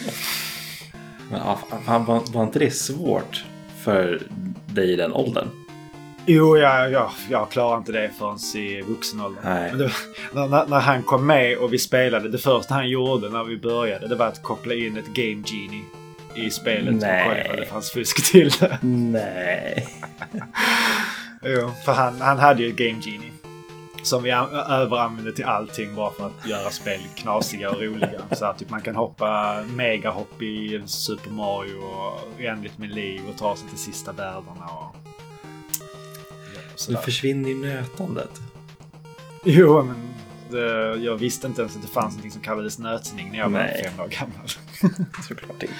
Men var inte det svårt för dig i den åldern? Jo, jag klarar inte det förrän i vuxenåldern. Men när han kom med och vi spelade, det första han gjorde när vi började, det var att koppla in ett Game Genie i spelet. Nej. Och kolla det fanns fusk till det. Nej. Jo, för han hade ju ett Game Genie som vi överanvände till allting bara för att göra spel knasiga och roliga. Så att typ man kan hoppa megahopp i Super Mario och oändligt med liv och ta sig till sista världarna och nu försvinner ju nötandet. Jo, men jag visste inte ens att det fanns något som kallades nötning när jag var 5 år gammal. Såklart inte.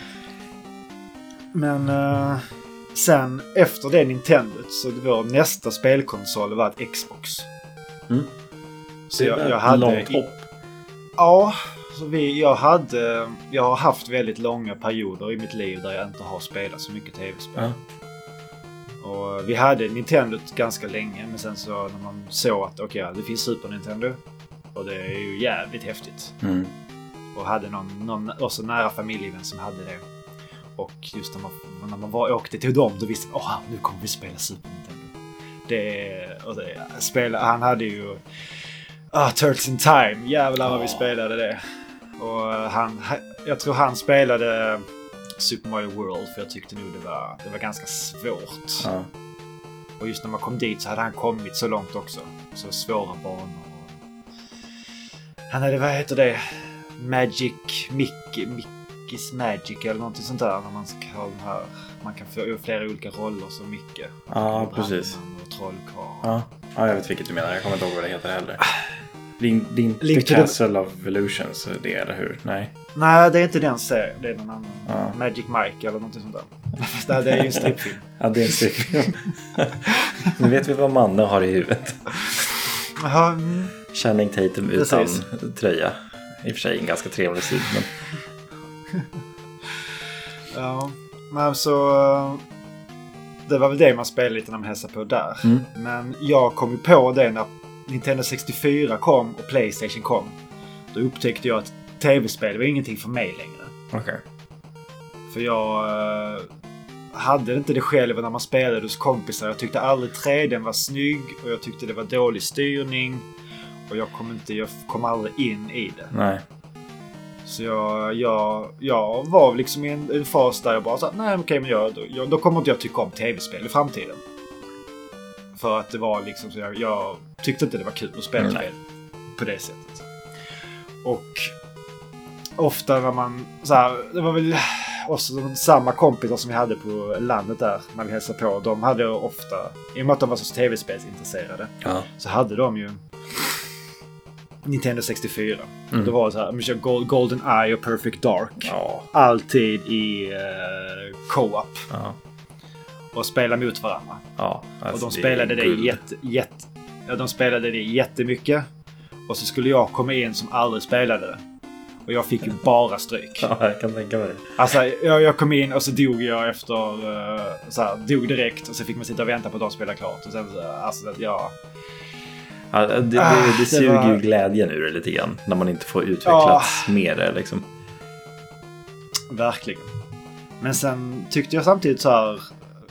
Men sen efter det Nintendot så vår nästa spelkonsol var ett Xbox. Så jag hade långt hopp. Ja, så jag har haft väldigt långa perioder i mitt liv där jag inte har spelat så mycket tv-spel. Och vi hade Nintendo ganska länge, men sen så när man såg att det finns Super Nintendo och det är ju jävligt häftigt. Och hade någon också nära familjevän som hade det. Och just när man åkte till dem, då visste man nu kommer vi spela Super Nintendo. Han hade ju Turtles in Time. Jävlar vad vi spelade det. Och jag tror han spelade Super Mario World, för jag tyckte nog det var ganska svårt. Och just när man kom dit så hade han kommit så långt också. Så svåra banor. Han hade, vad heter det? Mickey's Magic eller någonting sånt där. När man ska ha den här, man kan få flera olika roller som Mickey. Ja, precis. Och trollkarl. Ja, jag vet vilket du menar. Jag kommer inte ihåg vad det heter heller. The Castle of Illusions, det är det hur? Nej, det är inte den serien. Det är någon annan. Magic Mike eller någonting sånt där. Det är ju en strippfilm. Ja, det är en strippfilm. Nu vet vi vad Manne har i huvudet. Channing Tatum utan tröja. I och för sig en ganska trevlig syn, men... Ja, men så... Det var väl det man spelade lite när man hälsade på där. Men jag kom ju på det när Nintendo 64 kom och PlayStation kom. Då upptäckte jag att tv-spel var ingenting för mig längre. Okej. För jag hade inte det själv när man spelade hos kompisar. Jag tyckte aldrig 3D var snygg och jag tyckte det var dålig styrning. Och jag kom aldrig in i det. Nej. Så jag var liksom i en fas där jag bara sa, nej okej, men då kommer inte jag tycka om tv-spel i framtiden. För att det var liksom så jag tyckte inte det var kul att spela spel på det sättet. Och ofta när man så här, det var väl också samma kompisar som vi hade på landet där när vi hälsade på. De hade ofta, i och med att de var så tv-spelsintresserade, så hade de ju Nintendo 64. Det var så här, Golden Eye och Perfect Dark. Ja. Alltid i co-op. Ja. Och spela mot varandra. Ja, alltså och de spelade de spelade det jättemycket. Och så skulle jag komma in som aldrig spelade det. Och jag fick ju bara stryk. Ja, jag kan tänka mig. Alltså, jag kom in och så dog jag efter... dog direkt. Och så fick man sitta och vänta på att de spelade klart. Och sen det suger ju glädjen ur det lite grann. När man inte får utvecklats mer liksom. Verkligen. Men sen tyckte jag samtidigt så här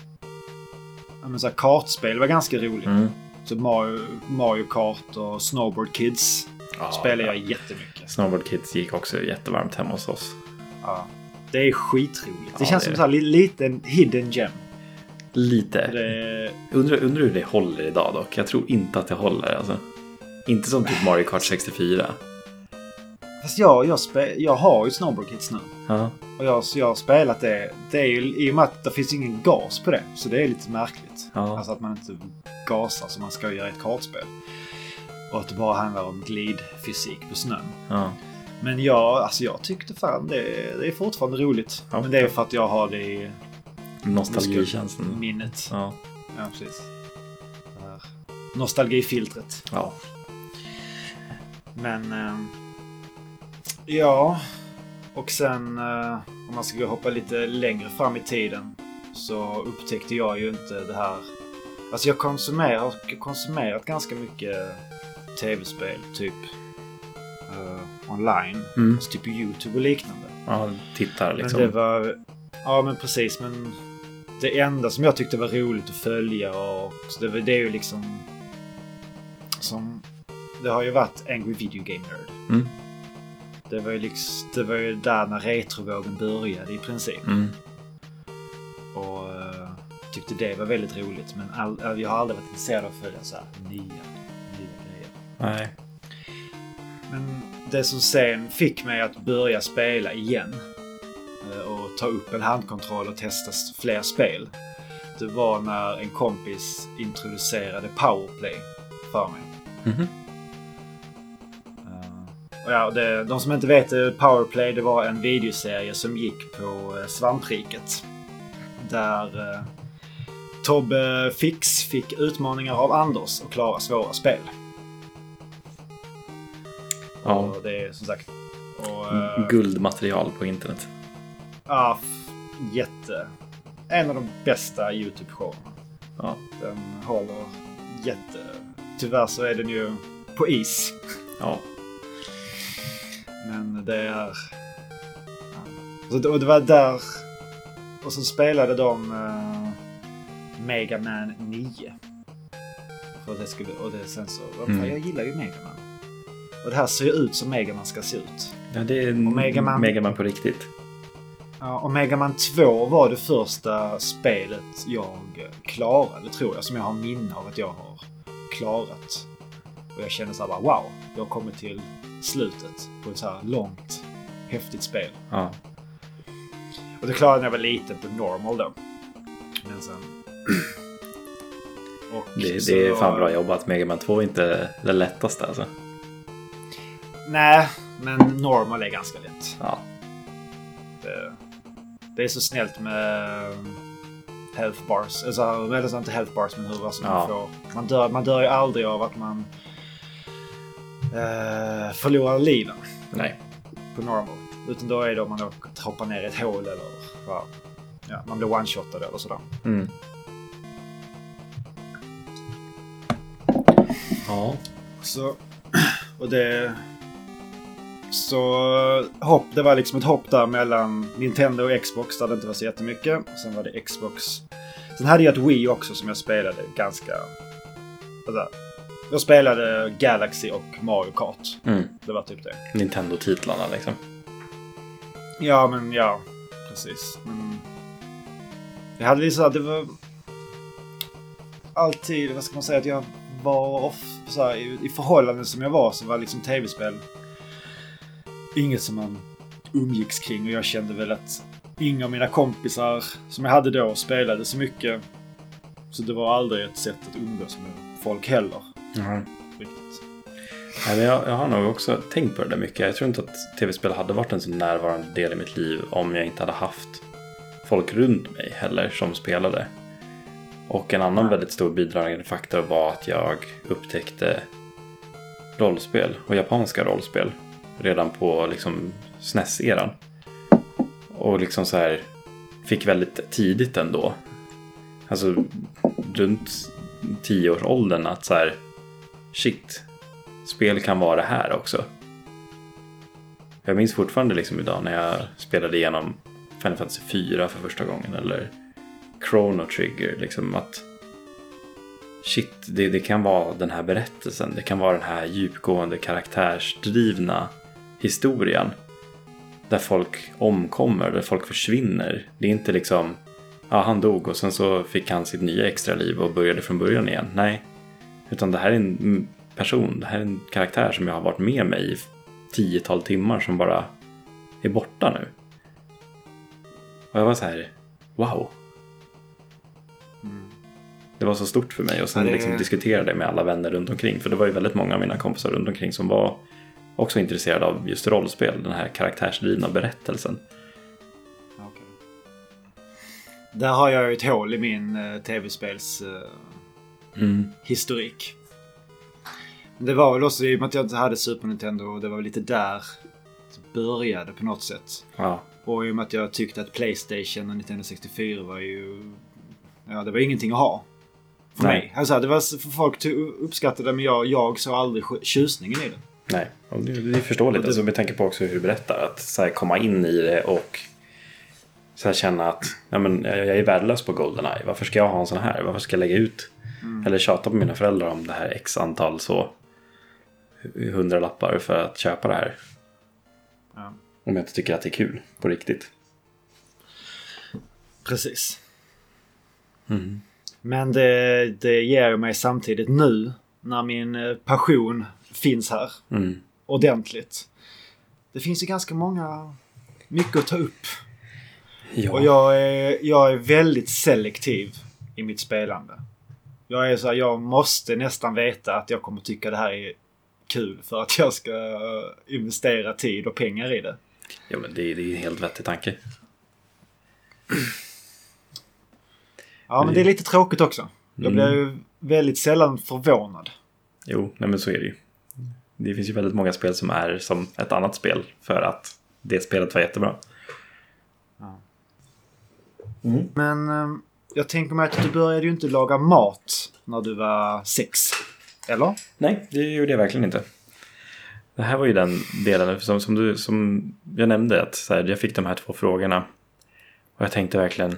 kartspel var ganska roligt. Så Mario Kart och Snowboard Kids spelar jag jättemycket. Snowboard Kids gick också jättevarmt hemma hos oss. Ja, det är skitroligt. Det känns som så här liten hidden gem. Lite. Undrar hur det håller idag dock. Jag tror inte att det håller alltså. Inte som typ Mario Kart 64. Fast jag har ju Snowboard Kids nu. Och jag har spelat det. Det är ju i och med att det finns ingen gas på det. Så det är lite märkligt. Alltså att man inte gasar som man ska göra ett kartspel. Och att det bara handlar om glidfysik på snön. Men jag tyckte fan det är fortfarande roligt. Men det är för att jag har det i nostalgikänslan. Minnet. Ja, precis. Nostalgifiltret. Ja. Men och sen om man ska hoppa lite längre fram i tiden så upptäckte jag ju inte det här. Alltså jag har konsumerat ganska mycket tv-spel typ online. Alltså typ YouTube och liknande. Ja, tittar liksom. Men det var men precis, men det enda som jag tyckte var roligt att följa och det är ju liksom som det har ju varit Angry Video Game Nerd. Det var ju där när retrovågen började i princip. Och tyckte det var väldigt roligt, men jag har aldrig varit intresserad av att följa så här nya grejer. Nej. Men det som sen fick mig att börja spela igen och ta upp en handkontroll och testa fler spel, det var när en kompis introducerade Powerplay för mig. Och de som inte vet, Powerplay, det var en videoserie som gick på Svampriket. Där Tobbe Fix fick utmaningar av Anders och klara svåra spel. Ja. Och det är som sagt... guldmaterial på internet. Ja, en av de bästa YouTube-showerna. Ja. Den håller Tyvärr så är den ju på is. Ja. Men det är... Och det var där... Och så spelade de Mega Man 9. För att sen så... Jag gillar ju Mega Man. Och det här ser ju ut som Mega Man ska se ut. Ja, det är Mega Man på riktigt. Ja, och Mega Man 2 var det första spelet jag klarade, tror jag. Som jag har minne av att jag har klarat. Och jag kände så här, wow, jag har kommit till slutet på ett så här långt, häftigt spel. Ja. Och det klarade när jag var liten på normal då. Men sen... Det är fan bra jobbat. Mega Man 2 är inte det lättaste alltså. Nej, men normal är ganska lätt. Ja. Det är så snällt med health bars. Eller inte health bars, men hur som man får. Man dör ju aldrig av att man förlorar liven. Nej. På normal. Utan då är det om man hoppar ner i ett hål eller man blir one-shotad eller sådär. Ja. Det var liksom ett hopp där mellan Nintendo och Xbox där det inte var så jättemycket. Sen var det Xbox. Sen hade jag ett Wii också som jag spelade ganska Jag spelade Galaxy och Mario Kart. Det var typ det. Nintendo-titlarna liksom. Ja, precis. Men jag hade liksom, det var alltid, vad ska man säga, att jag var så här, i förhållanden som jag var, så var liksom tv-spel inget som man umgicks kring, och jag kände väl att inga av mina kompisar som jag hade då spelade så mycket, så det var aldrig ett sätt att umgås med folk heller. Riktigt. Ja, jag har nog också tänkt på det där mycket. Jag tror inte att tv-spel hade varit en så närvarande del i mitt liv om jag inte hade haft folk runt mig heller som spelade. Och en annan väldigt stor bidragande faktor var att jag upptäckte rollspel och japanska rollspel redan på liksom SNES-eran. Och liksom så här fick väldigt tidigt ändå, alltså runt 10-årsåldern, att så här, shit, spel kan vara det här också. Jag minns fortfarande liksom idag när jag spelade igenom Final Fantasy 4 för första gången, eller Chrono Trigger, liksom att shit, det kan vara den här berättelsen, det kan vara den här djupgående karaktärsdrivna historien där folk omkommer, där folk försvinner. Det är inte liksom, ja, han dog och sen så fick han sitt nya extra liv och började från början igen. Nej, utan det här är en person, det här är en karaktär som jag har varit med mig i 10-tal timmar som bara är borta nu. Och jag var så här, wow. Det var så stort för mig, och sen liksom diskuterade med alla vänner runt omkring, för det var ju väldigt många av mina kompisar runt omkring som var också intresserade av just rollspel, den här karaktärsdrivna berättelsen. Okay. Där har jag ju ett hål i min tv-spels historik. Det var väl också i och med att jag inte hade Super Nintendo, och det var lite där det började på något sätt. Ja. Och i och med att jag tyckte att PlayStation och Nintendo 64 var ju, ja, det var ingenting att ha för mig. Alltså, det var för folk uppskattade det, men jag såg aldrig tjusningen i det. Nej, och det är förståeligt. Alltså, med tanke på också hur du berättar, att så här, komma in i det och så här, känna att ja, men, jag är värdelös på GoldenEye. Varför ska jag ha en sån här? Varför ska jag lägga ut eller tjata på mina föräldrar om det här x antal så 100 lappar för att köpa det här? Ja. Om jag inte tycker att det är kul på riktigt. Precis. Men det ger mig samtidigt nu, när min passion finns här ordentligt. Det finns ju ganska mycket att ta upp. Ja. Och jag är väldigt selektiv i mitt spelande. Jag är så här, jag måste nästan veta att jag kommer tycka det här är kul för att jag ska investera tid och pengar i det. Ja, men det är en helt vettig tanke. Ja, men det är lite tråkigt också. Jag blir ju väldigt sällan förvånad. Jo, nej, men så är det ju. Det finns ju väldigt många spel som är som ett annat spel för att det spelet var jättebra. Ja. Men jag tänker mig att du började ju inte laga mat när du var 6. Eller? Nej, det gjorde jag verkligen inte. Det här var ju den delen som jag nämnde, att så här, jag fick de här 2 frågorna. Och jag tänkte verkligen,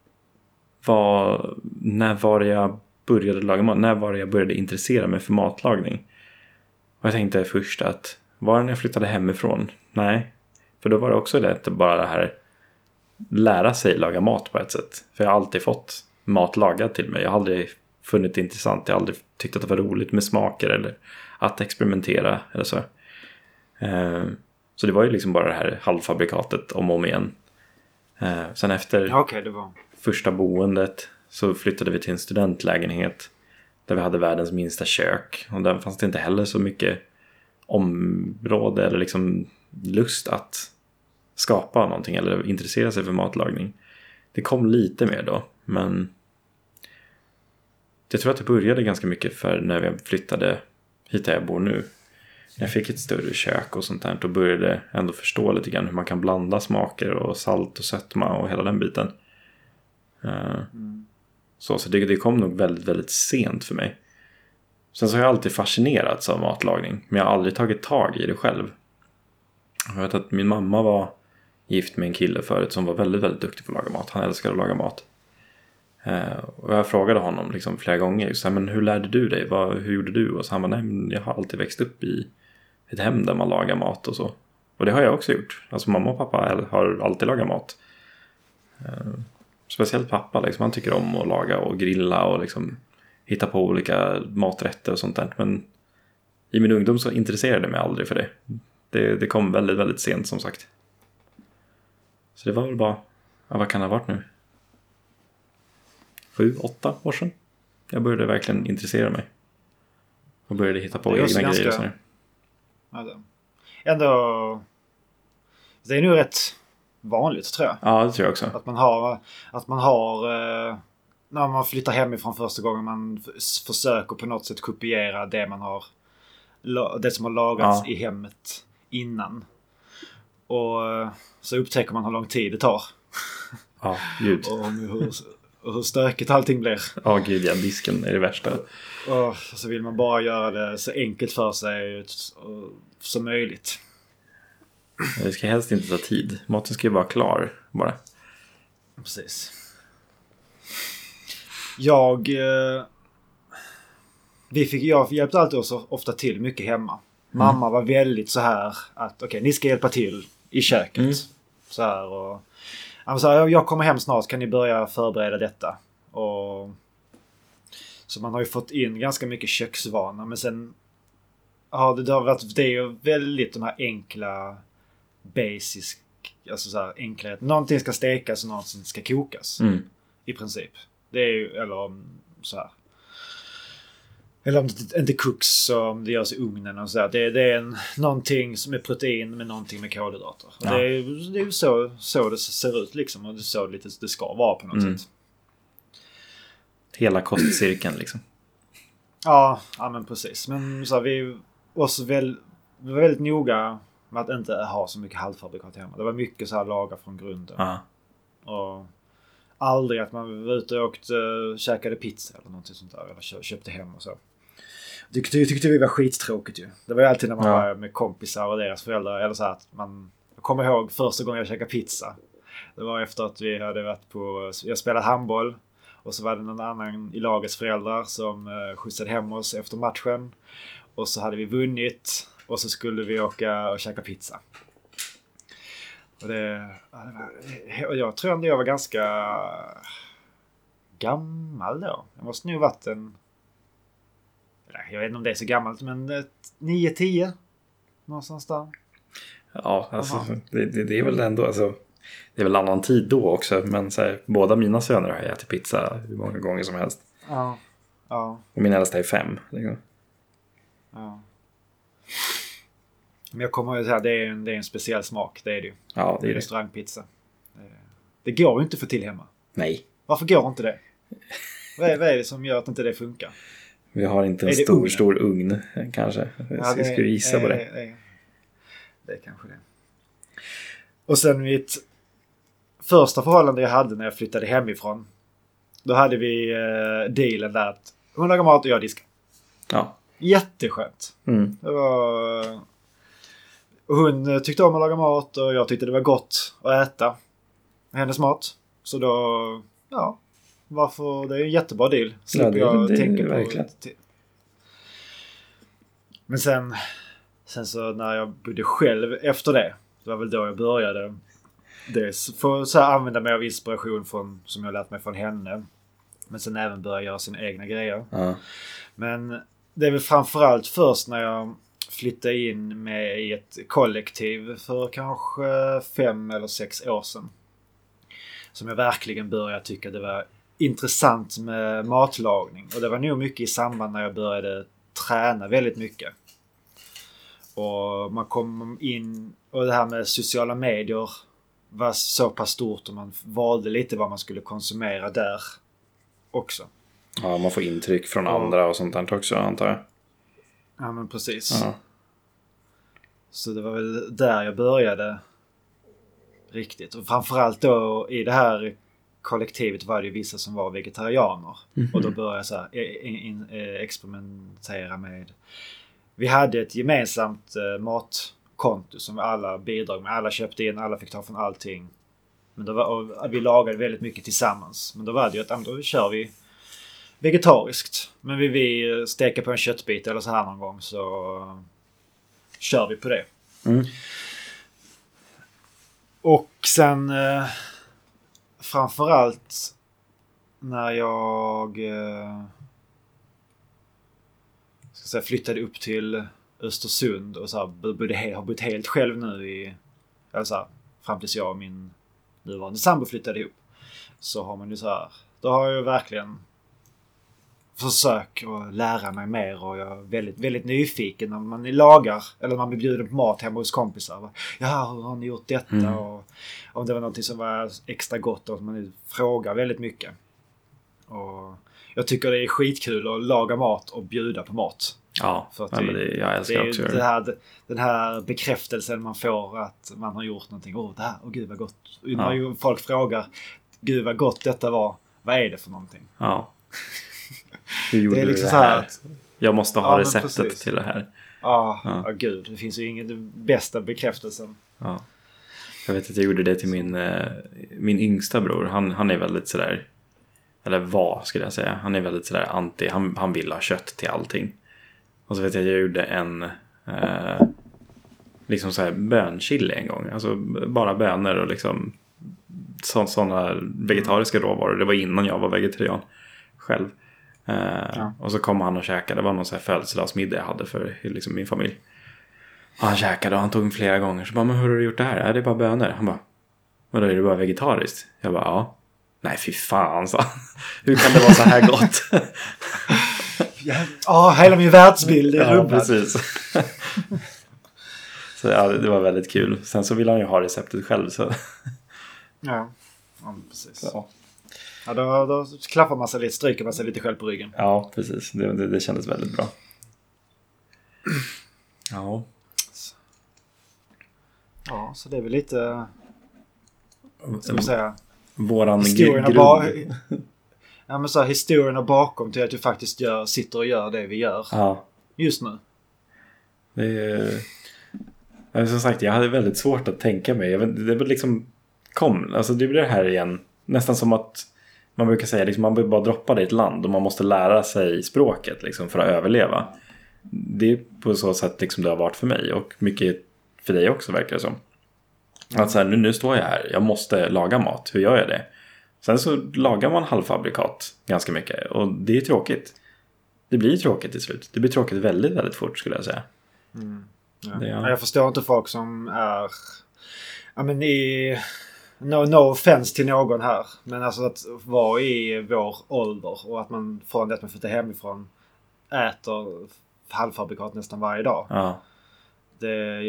när var det jag började laga mat? När var det jag började intressera mig för matlagning? Och jag tänkte först att, var det när jag flyttade hemifrån? Nej, för då var det också lätt att bara det här lära sig laga mat på ett sätt. För jag har alltid fått mat lagad till mig. Jag har aldrig funnit det intressant. Jag har aldrig tyckt att det var roligt med smaker eller att experimentera eller så. Så det var ju liksom bara det här halvfabrikatet om och om igen. Sen efter det var första boendet så flyttade vi till en studentlägenhet där vi hade världens minsta kök. Och där fanns det inte heller så mycket område eller liksom lust att skapa någonting eller intressera sig för matlagning. Det kom lite mer då, men jag tror att det började ganska mycket för när vi flyttade hit där jag bor nu. När jag fick ett större kök och sånt där, då började jag ändå förstå lite grann hur man kan blanda smaker och salt och sötma och hela den biten. Så det kom nog väldigt, väldigt sent för mig. Sen så har jag alltid fascinerats av matlagning, men jag har aldrig tagit tag i det själv. Jag vet att min mamma var gift med en kille förut som var väldigt, väldigt duktig på att laga mat. Han älskade att laga mat. Och jag frågade honom liksom flera gånger, så här, men hur lärde du dig? Hur gjorde du? Och så han bara, nej, men jag har alltid växt upp i ett hem där man lagar mat och så. Och det har jag också gjort. Alltså mamma och pappa har alltid lagat mat. Speciellt pappa, liksom, han tycker om att laga och grilla och liksom hitta på olika maträtter och sånt där. Men i min ungdom så intresserade jag mig aldrig för det. Det kom väldigt, väldigt sent som sagt. Så det var väl bara, vad kan det ha varit nu? 7-8 år sedan. Jag började verkligen intressera mig. Och började hitta på egna grejer och sådär. Ändå, det är nog rätt vanligt tror jag. Ja, det tror jag också. Att man har när man flyttar hemifrån första gången, man försöker på något sätt kopiera det som har lagats i hemmet innan. Och så upptäcker man hur lång tid det tar. Ja, gud. och hur stökigt allting blir. Ja, gud, ja, disken är det värsta. Och så vill man bara göra det så enkelt för sig som möjligt. Det ska helst inte ta tid. Maten ska ju vara klar bara. Precis. Jag hjälpte alltid oss ofta till mycket hemma. Mamma var väldigt så här att okej, ni ska hjälpa till i köket. Så här, och han sa, jag kommer hem snart, kan ni börja förbereda detta. Och så man har ju fått in ganska mycket köksvana, men sen det är ju väldigt de här enkla basic, alltså så här enkla, någonting ska stekas och någonting ska kokas i princip. Det är ju, eller om det inte koks, så om det görs i ugnen och så där. Det är någonting som är protein med någonting med kolhydrater. Ja. Det är ju så det ser ut liksom, och det är så lite det ska vara på något sätt. Hela kostcirkeln liksom. Ja, men precis. Men så här, vi var väldigt noga med att inte ha så mycket halvfabrikat hemma. Det var mycket så här laga från grunden. Ja. Och aldrig att man var ute och käkade pizza eller någonting sånt där. Eller köpte hem och så. Det tyckte vi var skittråkigt ju. Det var ju alltid när man var med kompisar och deras föräldrar. Eller så här att jag kommer ihåg första gången jag käkade pizza. Det var efter att vi hade varit jag spelade handboll. Och så var det någon annan i lagets föräldrar som skjutsade hem oss efter matchen. Och så hade vi vunnit. Och så skulle vi åka och käka pizza. Och jag tror ändå jag var ganska gammal då. Jag måste nog varit jag vet inte om det är så gammalt, men 9-10 någonstans där. Ja, alltså det är väl ändå, alltså, det är väl annan tid då också, men så här, båda mina söner har ätit pizza hur många gånger som helst. Ja. Och min äldsta är 5. Liksom. Ja. Men jag kommer ihåg att det är en speciell smak, det är det ju. Ja, det är restaurangpizza. Det går ju inte att få till hemma. Nej. Varför går inte det? Vad är det som gör att inte det funkar? Vi har inte en stor ugn kanske. Jag skulle gissa på det. Det är kanske det. Och sen mitt första förhållande jag hade när jag flyttade hemifrån. Då hade vi dealen där att hon lagar mat och jag diskar. Ja. Jätteskönt. Det var... Och hon tyckte om att laga mat och jag tyckte det var gott att äta hennes mat. Så då, varför, det är en jättebra deal. Slipper jag tänka på verkligen. Men sen så när jag bodde själv efter det var väl då jag började för så här använda mig av inspiration som jag lärt mig från henne. Men sen även börja göra sina egna grejer. Ja. Men det är väl framförallt först när jag flyttade in i ett kollektiv för kanske 5 eller 6 år sedan. Som jag verkligen började tycka det var intressant med matlagning. Och det var nog mycket i samband när jag började träna väldigt mycket. Och man kom in, och det här med sociala medier var så pass stort och man valde lite vad man skulle konsumera där också. Ja, man får intryck från andra och sånt där också, antar jag. Ja, men precis. Ja. Så det var väl där jag började riktigt. Och framförallt då i det här kollektivet var det ju vissa som var vegetarianer. Mm-hmm. Och då började jag så här, experimentera med... Vi hade ett gemensamt matkonto som alla bidrog med. Alla köpte in, alla fick ta från allting. Men vi lagade väldigt mycket tillsammans. Men då var det ju att då kör vi vegetariskt. Men vi steker på en köttbit eller så här någon gång så kör vi på det. Och sen framförallt när jag flyttade upp till Östersund och så här, har bott helt själv nu fram tills jag och min nuvarande sambo flyttade ihop. Så har man ju så här, då har jag verkligen försökt att lära mig mer och jag är väldigt, väldigt nyfiken när man lagar eller man blir bjuden på mat hemma hos kompisar. Ja, hur har ni gjort detta? Och om det var någonting som var extra gott och man frågar väldigt mycket. Och jag tycker det är skitkul att laga mat och bjuda på mat. Ja, för att jag älskar det också den här bekräftelsen man får att man har gjort någonting. Gud vad gott. När folk frågar, gud vad gott detta var. Vad är det för någonting? Ja. Hur gjorde det är liksom du det så här att jag måste ha receptet till det här. Ja, gud. Det finns ju ingen bästa bekräftelsen. Ja. Jag vet att jag gjorde det till min yngsta bror. Han är väldigt sådär, eller vad skulle jag säga. Han är väldigt sådär anti. Han vill ha kött till allting. Och så vet jag att jag gjorde en liksom såhär bönchili en gång. Alltså bara bönor och liksom sådana vegetariska råvaror. Det var innan jag var vegetarian själv. Och så kom han och käkade. Det var någon sån här födelsedagsmiddag jag hade för liksom min familj. Och han käkade och han tog flera gånger. Så bara, men hur har du gjort det här? Det är bara bönor. Han bara, vadå, är det bara vegetariskt? Jag bara, ja. Nej, fy fan, så. Hur kan det vara så här gott? Hela min världsbild är rubbad. Ja, precis. Så ja, det var väldigt kul. Sen så vill han ju ha receptet själv. Så. Ja, precis. Ja, då klappar man sig lite, stryker man sig lite själv på ryggen. Ja, precis. Det kändes väldigt bra. Ja. Ja, så det är väl lite, ska man säga, våran historierna historierna bakom till att du faktiskt sitter och gör det vi gör just nu. Det är som sagt, jag hade väldigt svårt att tänka mig. Det var liksom alltså det blir det här igen. Nästan som att man brukar säga liksom, man bara droppa det i ett land och man måste lära sig språket liksom, för att överleva. Det är på så sätt liksom det har varit för mig och mycket för dig också, verkar det som. Att så här, nu står jag här, jag måste laga mat. Hur gör jag det? Sen så lagar man halvfabrikat ganska mycket och det är tråkigt. Det blir tråkigt till slut. Det blir tråkigt väldigt, väldigt fort, skulle jag säga. Jag förstår inte folk som är no offense till någon här, men alltså att vara i vår ålder och att man från det att man flyttar hemifrån äter halvfabrikat nästan varje dag. Ja. Det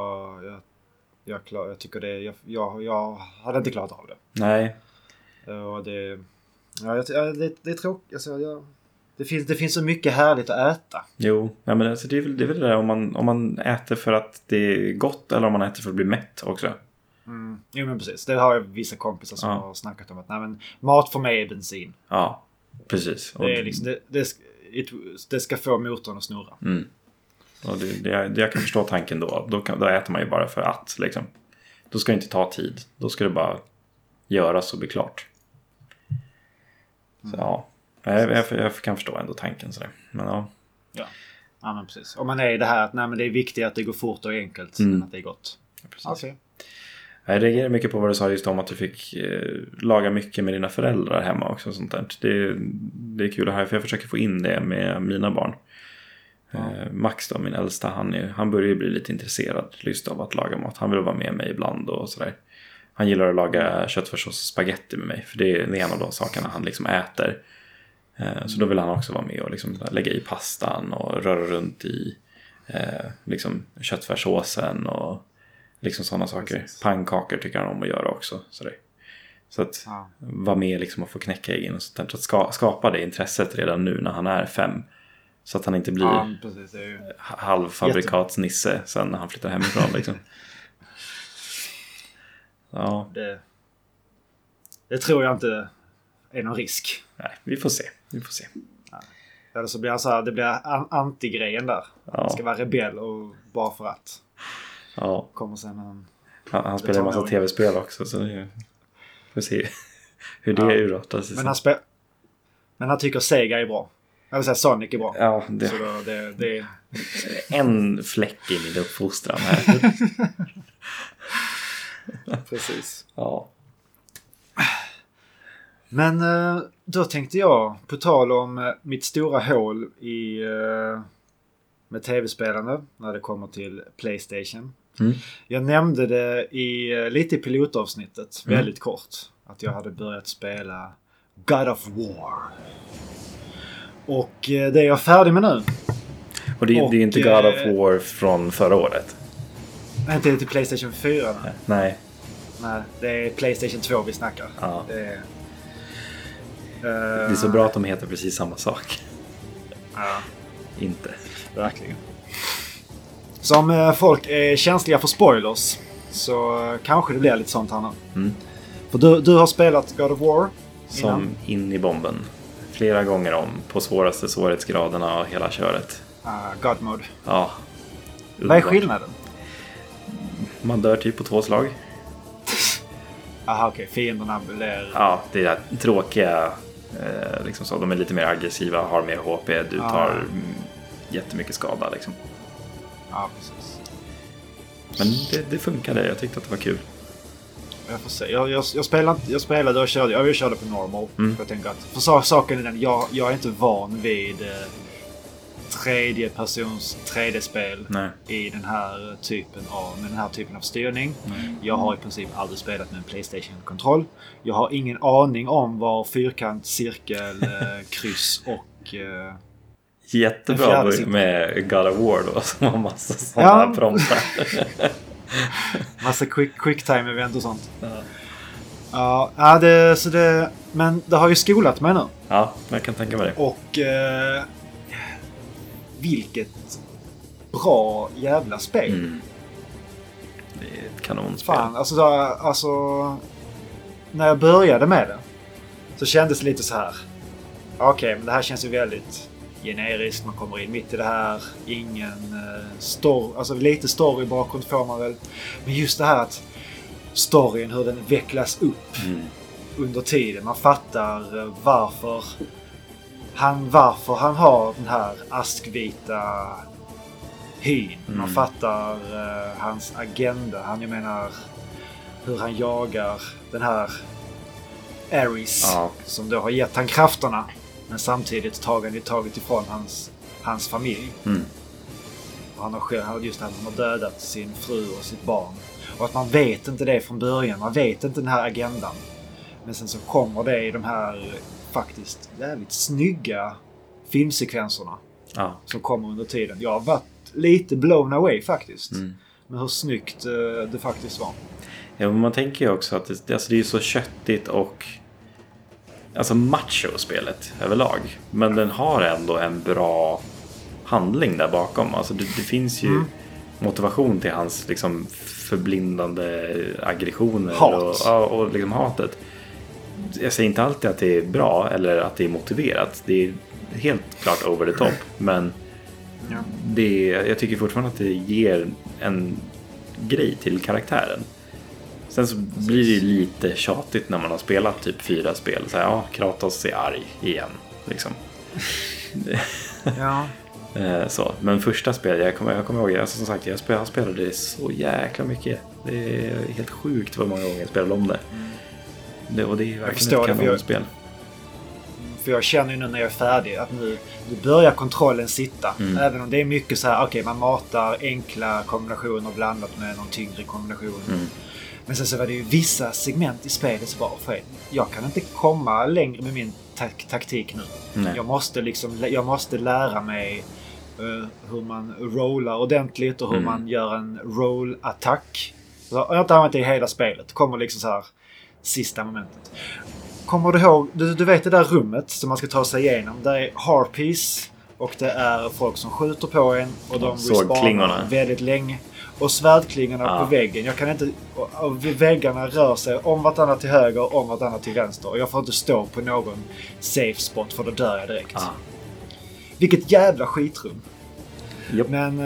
jag tycker det jag hade inte klarat av det. Nej. Och det är tråkigt. Alltså, det finns så mycket härligt att äta. Jo, ja, men alltså det är väl det där om man äter för att det är gott eller om man äter för att bli mätt också. Jo, men precis. Det har jag vissa kompisar som har snackat om att mat för mig är bensin. Ja, precis. Det är liksom det ska få motorn att snurra. Och jag kan förstå tanken då. Då äter man ju bara för att liksom. Då ska det inte ta tid. Då ska det bara göras och bli klart. Så ja. Jag kan förstå ändå tanken sådär. Men ja. Ja, men precis. Om man är i det här att det är viktigt att det går fort och enkelt än att det är gott. Ja, precis. Okay. Jag reagerar mycket på vad du sa just om att du fick laga mycket med dina föräldrar hemma också. Och sånt där. Det är kul att höra, för jag försöker få in det med mina barn. Max då, min äldsta, han börjar ju bli lite intresserad just av att laga mat. Han vill vara med mig ibland och sådär. Han gillar att laga köttfärssås och spaghetti med mig, för det är en av de sakerna han liksom äter. Så då vill han också vara med och liksom lägga i pastan och röra runt i liksom köttfärssåsen och liksom sådana saker. Precis. Pannkakor tycker han om att göra också. Så att vara med liksom och få knäcka in och sånt där. Så att skapa det intresset redan nu när han är 5. Så att han inte blir halvfabrikatsnisse sen när han flyttar hemifrån liksom. Ja. Det tror jag inte är någon risk. Nej, vi får se. Ja. Eller så blir det blir anti-grejen där. Han ska vara rebell och bara för att. Ja. Kommer sen han spelar en massa tv-spel också, så det är Får se hur det urartar sig. Men han tycker Sega är bra. Jag vill säga Sonic är bra. Ja, så det är en fläck i min uppfostran här. Precis. Ja. Men då tänkte jag, på tal om mitt stora hål med tv-spelande när det kommer till PlayStation. Jag nämnde det lite i pilotavsnittet, väldigt kort, att jag hade börjat spela God of War. Och det är jag färdig med nu. Och det är inte God of War från förra året? Inte det till PlayStation 4? Nej. Nej, det är PlayStation 2 vi snackar. Ja. Det är så bra att de heter precis samma sak. Ja. Inte. Verkligen. Som folk är känsliga för spoilers, så kanske det blir lite sånt här nu. För du har spelat God of War innan. Som in i bomben. Flera gånger om, på svåraste svårighetsgraderna och hela köret. God mode. Ja. Vad är skillnaden? Man dör typ på 2 slag. Aha, okej. Fienderna blir... Ja, det är tråkiga. Liksom så. De är lite mer aggressiva, har mer HP. Du tar jättemycket skada liksom. Ja, precis. Men det funkade. Jag tyckte att det var kul. Jag får se. Jag spelade och körde. Jag körde på normal. Jag tänker att för saken är den, jag är inte van vid tredje persons 3D-spel i den här typen av styrning. Jag har i princip aldrig spelat med en PlayStation-kontroll. Jag har ingen aning om var fyrkant, cirkel, kryss och... Jättebra med God of War då, som har massa sådana promptar. Massa quick time event och sånt. Men det har ju skolat mig nu. Ja, jag kan tänka mig det. Och vilket bra jävla spel. Det är ett kanonspel. Fan, alltså när jag började med det så kändes det lite så här. Okej, men det här känns ju väldigt generiskt. Man kommer in mitt i det här. Ingen story, alltså lite story bakgrund får man väl. Men just det här att storyn, hur den vecklas upp under tiden. Man fattar varför han har den här askvita hyn. Man fattar hans agenda. Jag menar hur han jagar den här Ares som då har gett han krafterna, men samtidigt tagit ifrån hans familj. Och han har dödat sin fru och sitt barn. Och att man vet inte det från början. Man vet inte den här agendan. Men sen så kommer det i de här faktiskt jävligt snygga filmsekvenserna som kommer under tiden. Jag har varit lite blown away faktiskt. Men hur snyggt det faktiskt var. Ja, men man tänker ju också att det är så köttigt och alltså macho-spelet överlag. Men den har ändå en bra handling där bakom. Alltså det finns ju motivation till hans liksom förblindande aggressioner och liksom hatet. Jag säger inte alltid att det är bra eller att det är motiverat. Det är helt klart over the top. Men jag tycker fortfarande att det ger en grej till karaktären. Sen så blir det lite tjatigt när man har spelat typ 4 spel. Så här, Kratos är arg igen. Liksom. Så. Men första spelet, jag kommer ihåg, alltså, som sagt, jag spelade det så jäkla mycket. Det är helt sjukt vad många gånger jag spelade om det. Och det är verkligen ett kanonspel. För jag känner ju nu när jag är färdig att nu börjar kontrollen sitta. Även om det är mycket så här, man matar enkla kombinationer blandat med någon tyngre kombination. Men sen så var det ju vissa segment i spelet så bara, jag kan inte komma längre med min taktik nu. Jag måste lära mig hur man rollar ordentligt och hur man gör en roll-attack. Jag har inte använt det i hela spelet. Kommer liksom så här sista momentet. Kommer du ihåg, du vet det där rummet som man ska ta sig igenom. Där är harpies och det är folk som skjuter på en och de respawnar väldigt länge. Och svärdklingorna på väggen. Jag kan inte... Och väggarna rör sig om vartannat till höger, om vartannat till vänster. Och jag får inte stå på någon safe spot för då dör jag direkt. Vilket jävla skitrum. Yep. Men...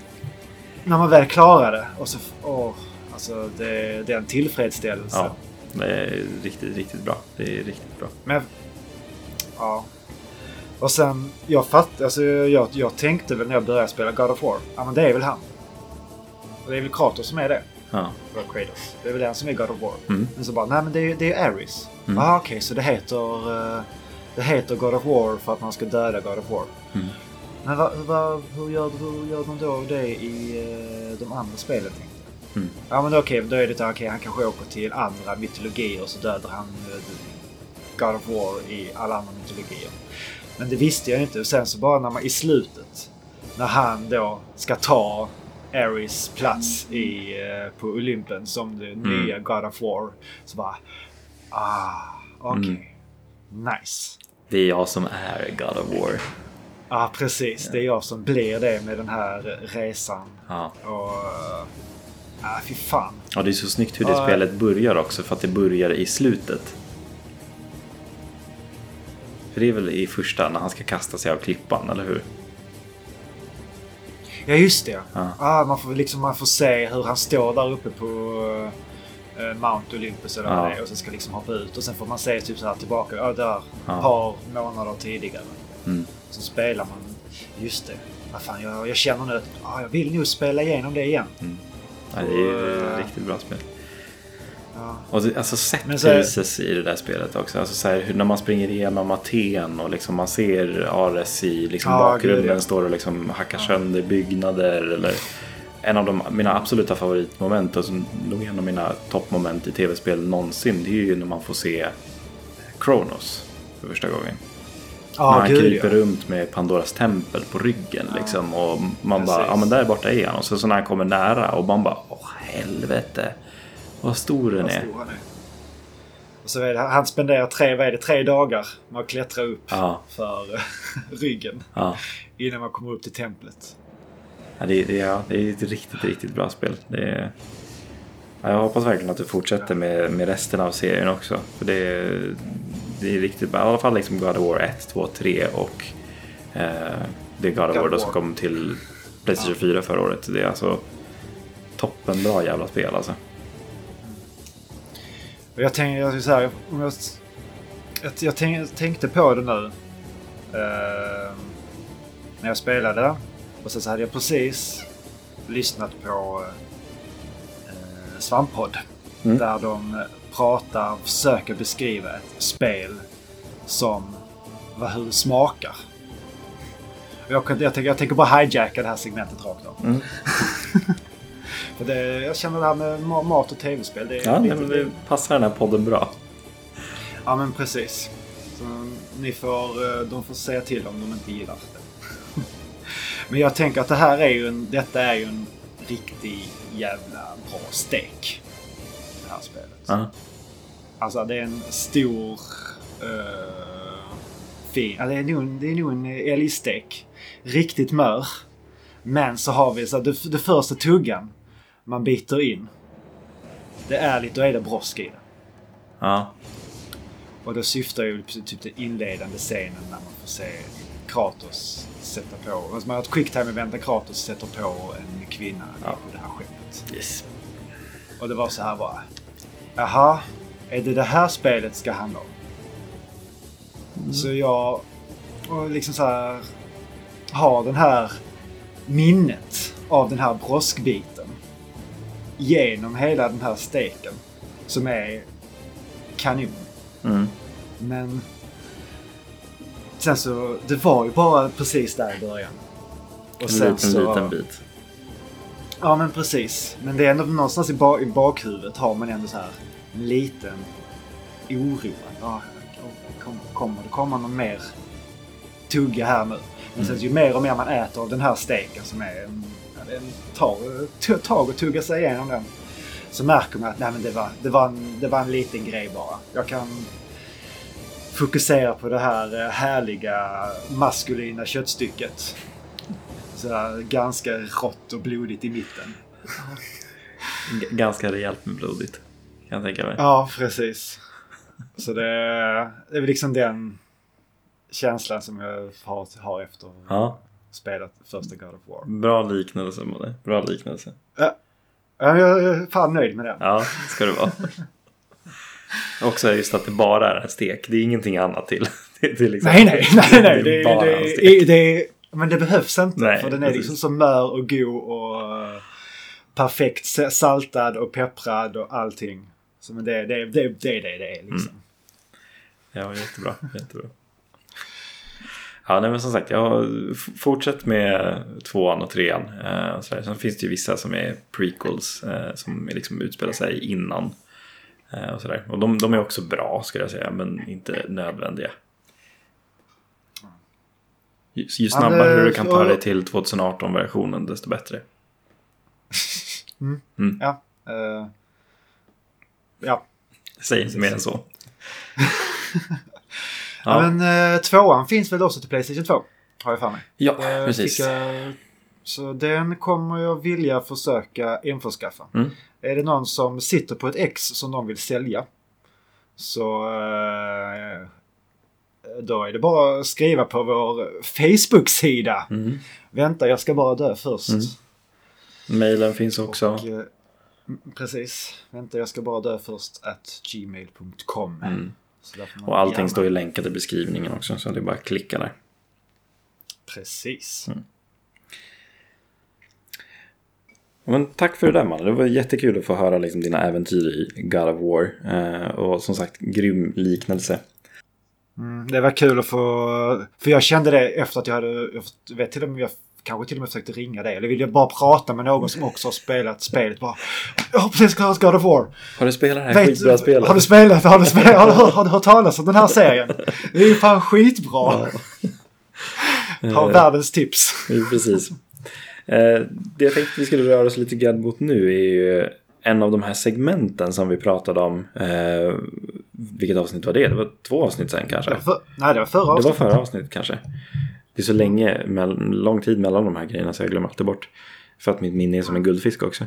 när man väl klarar det och så... alltså det är en tillfredsställelse. Det är riktigt, riktigt bra. Det är riktigt bra. Men, ja. Och sen, jag tänkte väl när jag började spela God of War. Ja, men det är väl han. Och det är väl Kratos som är det. Ja. Kratos. Det är väl den som är God of War. Mm. Men så bara, nej men det är Ares. Okej, så det heter God of War för att man ska döda God of War. Mm. Men hur gör de då det i de andra spelen? Mm. Ja men okej, då är det okej, han kanske åker till andra mytologier och så dödar han God of War i alla andra mytologier. Men det visste jag inte. Och sen så bara när man i slutet, när han då ska ta Ares plats på Olympen som det nya God of War, så bara okej. Nice. Det är jag som är God of War. Ja, precis. Det är jag som blir det med den här resan. Ja. Och fy fan. Ja, det är så snyggt hur det spelet börjar också, för att det börjar i slutet. För det är väl i första när han ska kasta sig av klippan, eller hur? Ja, just det. Ja. Man får se hur han står där uppe på Mount Olympus eller vad det är, och sen ska liksom hoppa ut och sen får man se typ så här tillbaka där ett par månader tidigare. Så spelar man just det. Vad fan, jag känner nu att jag vill nog spela igenom det igen. Ja, det är ju ett riktigt bra spel. Ja. Och det, alltså set pieces i det där spelet också. Alltså så här, hur när man springer igenom Aten och liksom man ser Ares i liksom bakgrunden står och liksom hackar sönder byggnader. Eller en av mina absoluta favoritmoment, och som nog en av mina toppmoment i tv-spel någonsin, det är ju när man får se Kronos för första gången. Han kryper runt med Pandoras tempel på ryggen liksom, och man bara, men där borta är han. Och så när han kommer nära och man bara, helvete vad stor den är. Och så är det, han spenderar 3 dagar med att klättra upp för ryggen innan man kommer upp till templet. Ja, det är ett riktigt, riktigt bra spel. Jag hoppas verkligen att du fortsätter med resten av serien också. För det är riktigt bra. I alla fall liksom God of War 1, 2, 3 och det God of War då som kom till PlayStation 4 förra året. Det är alltså toppenbra jävla spel alltså. Jag tänkte på det nu när jag spelade, och så hade jag precis lyssnat på Svamppodd där de försöker beskriva ett spel som hur det smakar. Jag tänker bara hijacka det här segmentet rakt av. För jag känner det här med mat och tv-spel. Det passar den här podden bra. Ja, men precis. Så de får säga till om de inte gillar det. Men jag tänker att detta är ju en riktig jävla bra stek. Det här spelet. Alltså det är en stor fin. Det är nog en älgstek. Riktigt mör. Men så har vi så det första tuggan man biter in. Då är det brosk i det. Ja. Och då syftar ju typ den inledande scenen när man får se Kratos sätta på. Alltså man har ett quicktime-event där Kratos sätter på en kvinna på det här skeppet. Yes. Och det var så här bara. Jaha, är det här spelet ska handla om? Så jag liksom så här har den här minnet av den här broskbiten genom hela den här steken som är kanon. Men sen så det var ju bara precis där i början. Och sen en liten bit. Ja, men precis. Men det är ändå någonstans i bakhuvudet har man ändå så här en liten oro. Ja, kommer det komma någon mer tugga här nu? Men sen ju mer och mer man äter av den här steken som är tag och tugga sig igenom den, så märker man att nej, men det var en liten grej bara. Jag kan fokusera på det här härliga maskulina köttstycket. Så här, ganska rått och blodigt i mitten. Ganska rejält med blodigt, kan jag tänka mig. Ja, precis. Så det är väl liksom den känslan som jag har efter spelat första God of War. Bra liknelse med det. Bra liknelse. Ja, jag är fan nöjd med det. Ja, ska det vara. Också just att det bara är en stek. Det är ingenting annat till. Det är liksom, nej. Det är bara en stek. Men det behövs inte. Nej, för den är liksom så mör och god och perfekt saltad och pepprad och allting. Så men det är liksom. Ja, jättebra. Ja, nej, men som sagt, jag har fortsatt med 2an och 3an. Sen finns det ju vissa som är prequels som liksom utspelar sig innan. Och sådär. Och de är också bra, ska jag säga, men inte nödvändiga. Ju snabbare du kan ta dig till 2018-versionen, desto bättre. Ja. Ja. Säg inte mer än så. Ja, men 2an finns väl också till PlayStation 2, har jag för mig. Ja, precis. Så den kommer jag vilja försöka införskaffa. Är det någon som sitter på ett X som de vill sälja, så då är det bara att skriva på vår Facebook-sida. Vänta, jag ska bara dö först. Mailen finns också. Och, precis. Vänta, jag ska bara dö först @gmail.com. Och allting står ju länkat i beskrivningen också, så det är bara att klicka där. Precis. Men tack för det där, man. Det var jättekul att få höra liksom dina äventyr i God of War. Och som sagt, grym liknelse. Det var kul att få... För jag kände det efter att jag vet till och med, jag kanske till och med försökte ringa dig. Eller vill jag bara prata med någon som också har spelat spelet. Bara, jag har precis klarat God of War. Har du spelat det här skitbra spelet? Har du hört talas om den här serien? Det är ju fan skitbra. Har världens tips. Precis. Det jag tänkte vi skulle röra oss lite grann mot nu är ju en av de här segmenten som vi pratade om. Vilket avsnitt var det? Det var 2 avsnitt sen kanske. Nej, det var förra avsnittet. Det var förra avsnitt kanske. Det är så lång tid mellan de här grejerna så jag glömmer alltid bort. För att mitt minne är som en guldfisk också.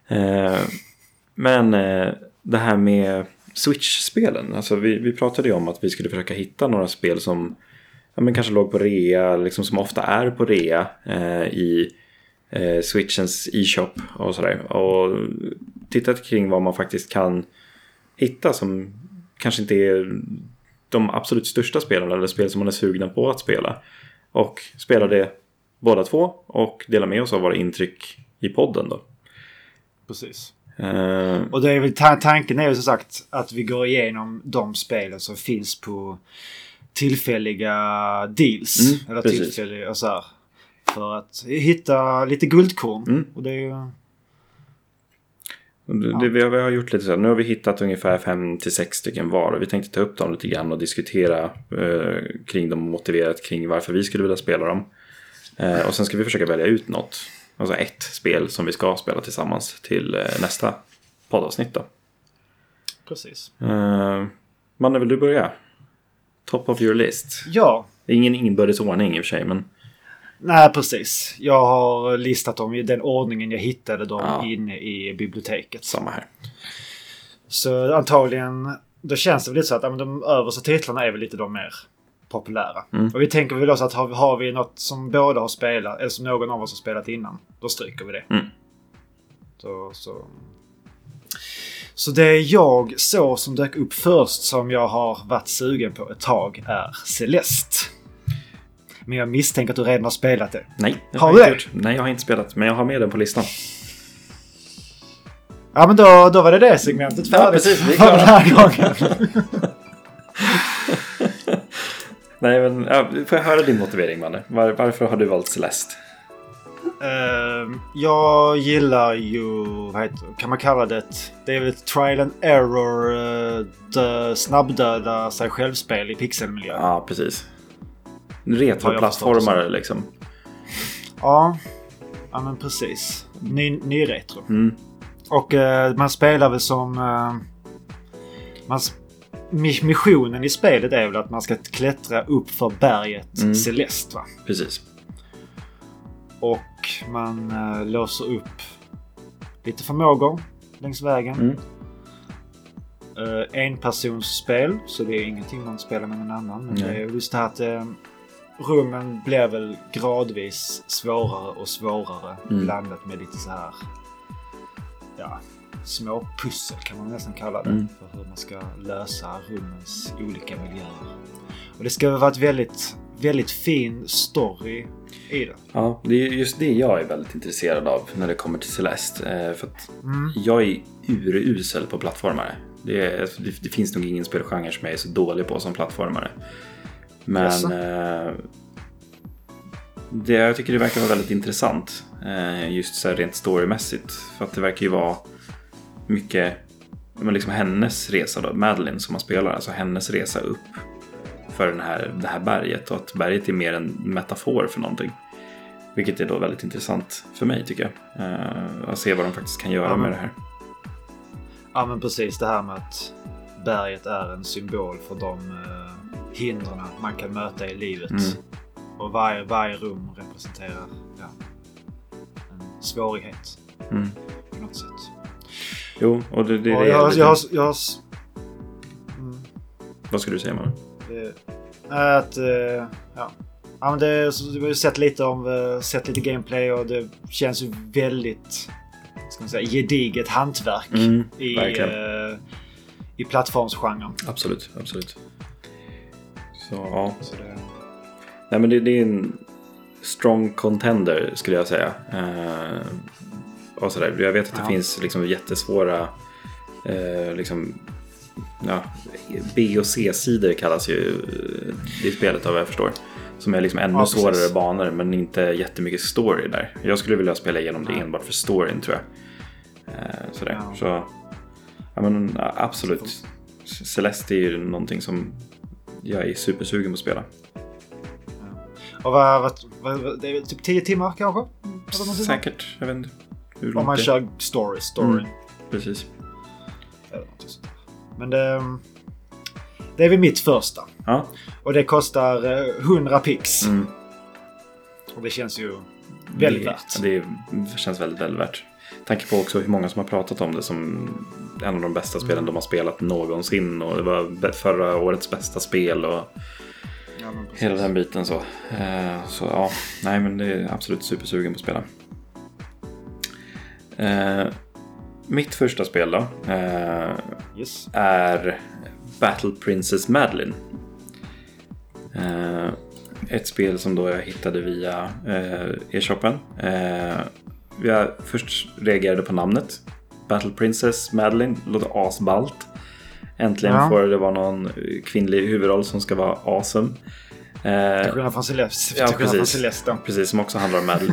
Men det här med Switch-spelen. Alltså vi pratade ju om att vi skulle försöka hitta några spel som men kanske låg på rea. Liksom som ofta är på rea i Switchens e-shop och sådär. Och tittat kring vad man faktiskt kan hitta som kanske inte är de absolut största spelen eller spel som man är sugna på att spela. Och spela det båda två och dela med oss av våra intryck i podden då. Precis. Och det är väl tanken är ju som sagt att vi går igenom de spelen som finns på tillfälliga deals. Eller tillfälliga så här. För att hitta lite guldkorn. Och det är ju... Vi har gjort lite så här. Nu har vi hittat ungefär 5-6 stycken var. Och vi tänkte ta upp dem lite grann och diskutera kring dem och motiverat kring varför vi skulle vilja spela dem. Och sen ska vi försöka välja ut något. Alltså ett spel som vi ska spela tillsammans till nästa poddavsnitt då. Precis. Manne, vill du börja? Top of your list. Ja. Ingen inbördes ordning i och för sig, men... Nej, precis. Jag har listat dem i den ordningen jag hittade dem inne i biblioteket. Samma här. Så antagligen, då känns det väl lite så att de översta titlarna är väl lite de mer populära. Och vi tänker väl också att har vi något som båda har spelat, eller som någon av oss har spelat innan, då stryker vi det. Så det jag så som dök upp först som jag har varit sugen på ett tag är Celeste. Men jag misstänker att du redan har spelat det. Nej, har du det? Nej, jag har inte spelat, men jag har med den på listan. Ja, men då var det segmentet färdigt. Ja, precis. Vi är klara. Den här gången. Nej, men får jag höra din motivering, Manne? Varför har du valt Celeste? Jag gillar ju, kan man kalla det? Det är väl ett trial and error, snabbdöda sig självspel i pixelmiljö. Ja, precis. Retroplattformar liksom. Ja, men precis. Ny retro. Och man spelar väl som... missionen i spelet är väl att man ska klättra upp för berget Celeste, va? Precis. Och man låser upp lite förmågor längs vägen. En persons spel, så det är ingenting man spelar med någon annan. Men det är just det här att rummen blir väl gradvis svårare och svårare blandat med lite så här små pussel kan man nästan kalla det. För hur man ska lösa rummens olika miljöer. Och det ska vara ett väldigt, väldigt fin story i det. Ja, det är just det jag är väldigt intresserad av när det kommer till Celeste. För att jag är urusel på plattformare. Det finns nog ingen spelgenre som jag är så dålig på som plattformare. Men jag tycker det verkar vara väldigt intressant. Just så här rent storymässigt. För att det verkar ju vara mycket, men liksom hennes resa då, Madeline som man spelar. Alltså hennes resa upp för det här berget. Och att berget är mer en metafor för någonting. Vilket är då väldigt intressant för mig tycker jag. Att se vad de faktiskt kan göra med det här. Ja men precis, det här med att berget är en symbol för de hindren man kan möta i livet. Och varje rum representerar en svårighet på något sätt. Jo, och det är jag Vad ska du säga, man? Att men vi har ju sett lite gameplay och det känns ju väldigt, ska man säga, gediget hantverk i plattformsgenren. Absolut. Så ja. Nej, men det är en strong contender skulle jag säga. Och sådär. Jag vet att det finns liksom jättesvåra B- och C-sidor kallas ju det spelet av vad jag förstår. Som är liksom ännu svårare banor men inte jättemycket story där. Jag skulle vilja spela igenom det enbart för storyn tror jag. Sådär. Så ja, men absolut. Celeste är ju någonting som jag är supersugen på att spela. Och det är typ 10 timmar kanske? Säkert, jag vet inte. Om man kör story. Precis. Men det är väl mitt första. Ja. Och det kostar 100 pix. Och det känns ju väldigt värt. Det känns väldigt, väldigt värt. Tanke på också hur många som har pratat om det som en av de bästa spelen de har spelat någonsin. Och det var förra årets bästa spel och hela den biten så. Så ja, nej men det är absolut supersugen på att spela. Mitt första spel då är Battle Princess Madeline. Ett spel som då jag hittade via e-shoppen. Jag först reagerade på namnet. Battle Princess Madeline, låter asballt. Äntligen får det vara någon kvinnlig huvudroll som ska vara awesome. Till skillnad från Celeste. Precis, som också handlar om Madeline.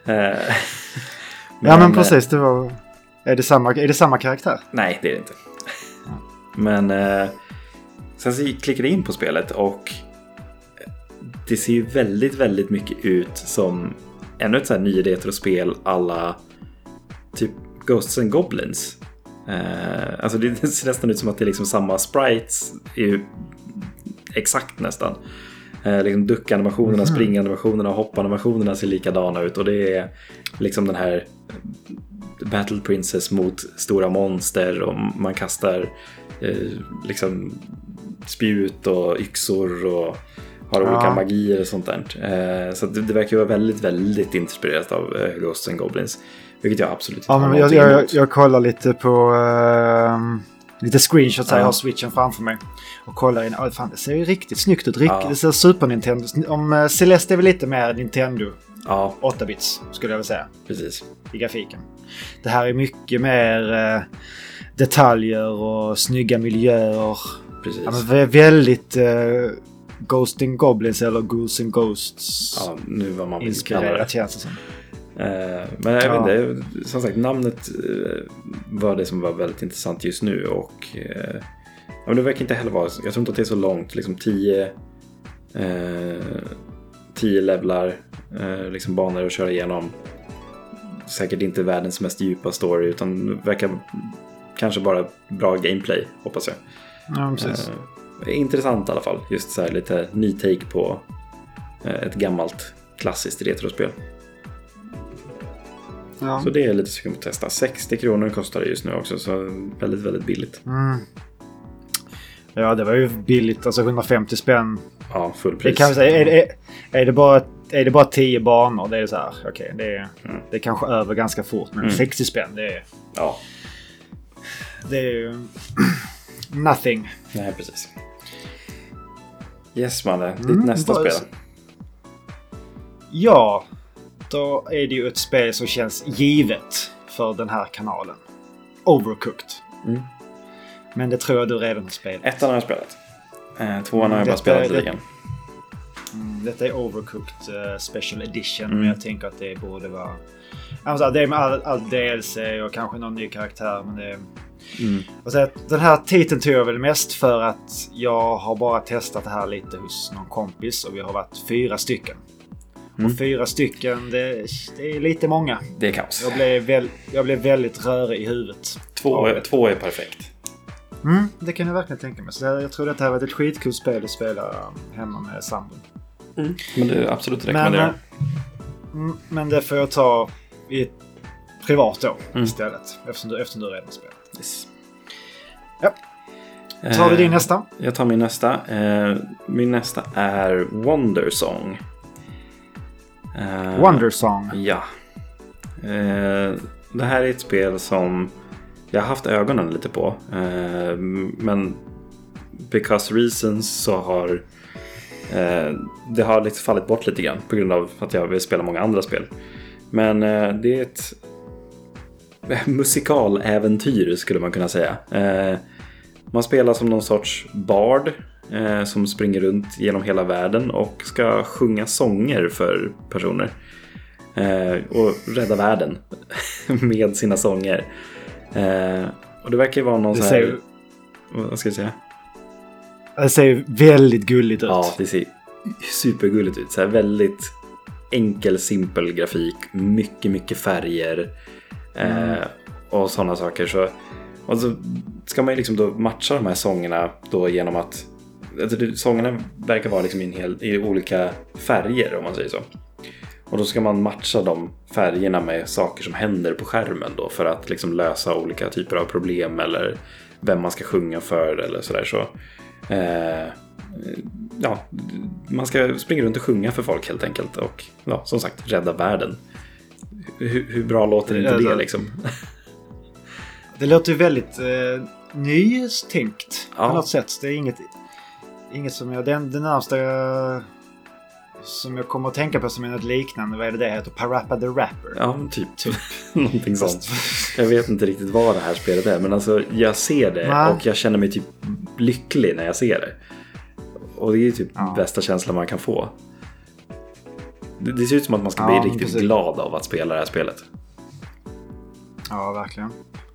Men precis, det var... Är det samma karaktär? Nej, det är det inte. Men sen så klickade jag in på spelet och det ser ju väldigt, väldigt mycket ut som ännu ett så här nyheter-spel alla typ Ghosts and Goblins. Alltså det ser nästan ut som att det är liksom samma sprites exakt nästan. Liksom duckanimationerna, springanimationerna och hoppanimationerna ser likadana ut och det är liksom den här Battle Princess mot stora monster och man kastar liksom spjut och yxor och har olika magier och sånt där. Så det verkar vara väldigt, väldigt inspirerat av Ghosts and Goblins. Vilket jag absolut inte har någonting emot. Jag kollar lite på lite screenshots här. Jag har switchen framför mig och kollar in. Fan, det ser ju riktigt snyggt ut. Det ser Super Nintendo. Om Celeste är väl lite mer Nintendo. 8-bits skulle jag väl säga. Precis. I grafiken. Det här är mycket mer detaljer och snygga miljöer. Precis. Ja, men väldigt Ghosts and Goblins eller Ghouls and Ghosts. Ja, nu vad man vill kalla det. Känns det som. Men jag vet inte, som sagt, namnet var det som var väldigt intressant just nu och men det verkar inte heller vara, jag tror inte att det är så långt, liksom 10 levlar, liksom banor att köra igenom. Säkert inte världens mest djupa story utan verkar kanske bara bra gameplay, hoppas jag. Ja, precis. Intressant i alla fall, just så här lite ny take på ett gammalt klassiskt retrospel. Ja. Så det är lite sugen på att testa. 60 kronor kostar det just nu också, så väldigt, väldigt billigt. Ja, det var ju billigt, alltså 150 spänn. Ja, fullpris. Det kan vi säga, är det bara 10 banor, det är så här, okej, det är kanske över ganska fort, men 60 spänn, det är... Ja. det är ju nothing. Nej, precis. Yes, Manne. Ditt nästa spel. Ja, då är det ju ett spel som känns givet för den här kanalen. Overcooked. Men det tror jag du redan har spelat. Ettan har jag spelat. Tvåan har jag bara spelat lite grann. Detta är Overcooked Special Edition. Men jag tänker att det borde vara... Alltså, det är med all DLC och kanske någon ny karaktär. Men det... Och den här titeln tog jag väl mest för att jag har bara testat det här lite hos någon kompis. Och vi har varit 4 stycken. Och 4 stycken, det är lite många. Det är kaos. Jag blev väldigt rörig i huvudet. 2 är perfekt. Det kan jag verkligen tänka mig. Så jag tror att det här var ett skitkul spel att spela hemma med sambon. Men det är absolut rekommenderar. Men det får jag ta i ett privat då istället. Eftersom du redan spelat. Yes. Ja. Tar vi din nästa? Jag tar min nästa. Min nästa är Wondersong. Wondersong? Ja. Det här är ett spel som jag har haft ögonen lite på. Men because reasons så har det har liksom fallit bort lite grann på grund av att jag vill spela många andra spel. Men det är ett musikaläventyr skulle man kunna säga. Man spelar som någon sorts bard som springer runt genom hela världen och ska sjunga sånger för personer. Och rädda världen med sina sånger. Och det verkar ju vara någon så här... Vad ska jag säga? Det ser väldigt gulligt ut. Ja, det ser supergulligt ut. Så här väldigt enkel, simpel grafik. Mycket färger. Och sådana saker. Och så ska man ju liksom då matcha de här sångerna då genom att... Alltså, sångerna verkar vara liksom i olika färger, om man säger så. Och då ska man matcha de färgerna med saker som händer på skärmen då för att liksom lösa olika typer av problem eller vem man ska sjunga för eller sådär så. Ja, man ska springa runt och sjunga för folk helt enkelt och ja, som sagt, rädda världen. Hur bra låter inte det liksom? Det låter ju väldigt nytänkt på något sätt. Det är inget som jag... Det närmsta som jag kommer att tänka på som är något liknande. Vad är det heter? Parappa the Rapper. Ja, typ. Någonting sånt. Jag vet inte riktigt vad det här spelet är. Men alltså, jag ser det och jag känner mig typ lycklig när jag ser det. Och det är typ bästa känslan man kan få. Det ser ut som att man ska bli riktigt glad av att spela det här spelet. Ja, verkligen.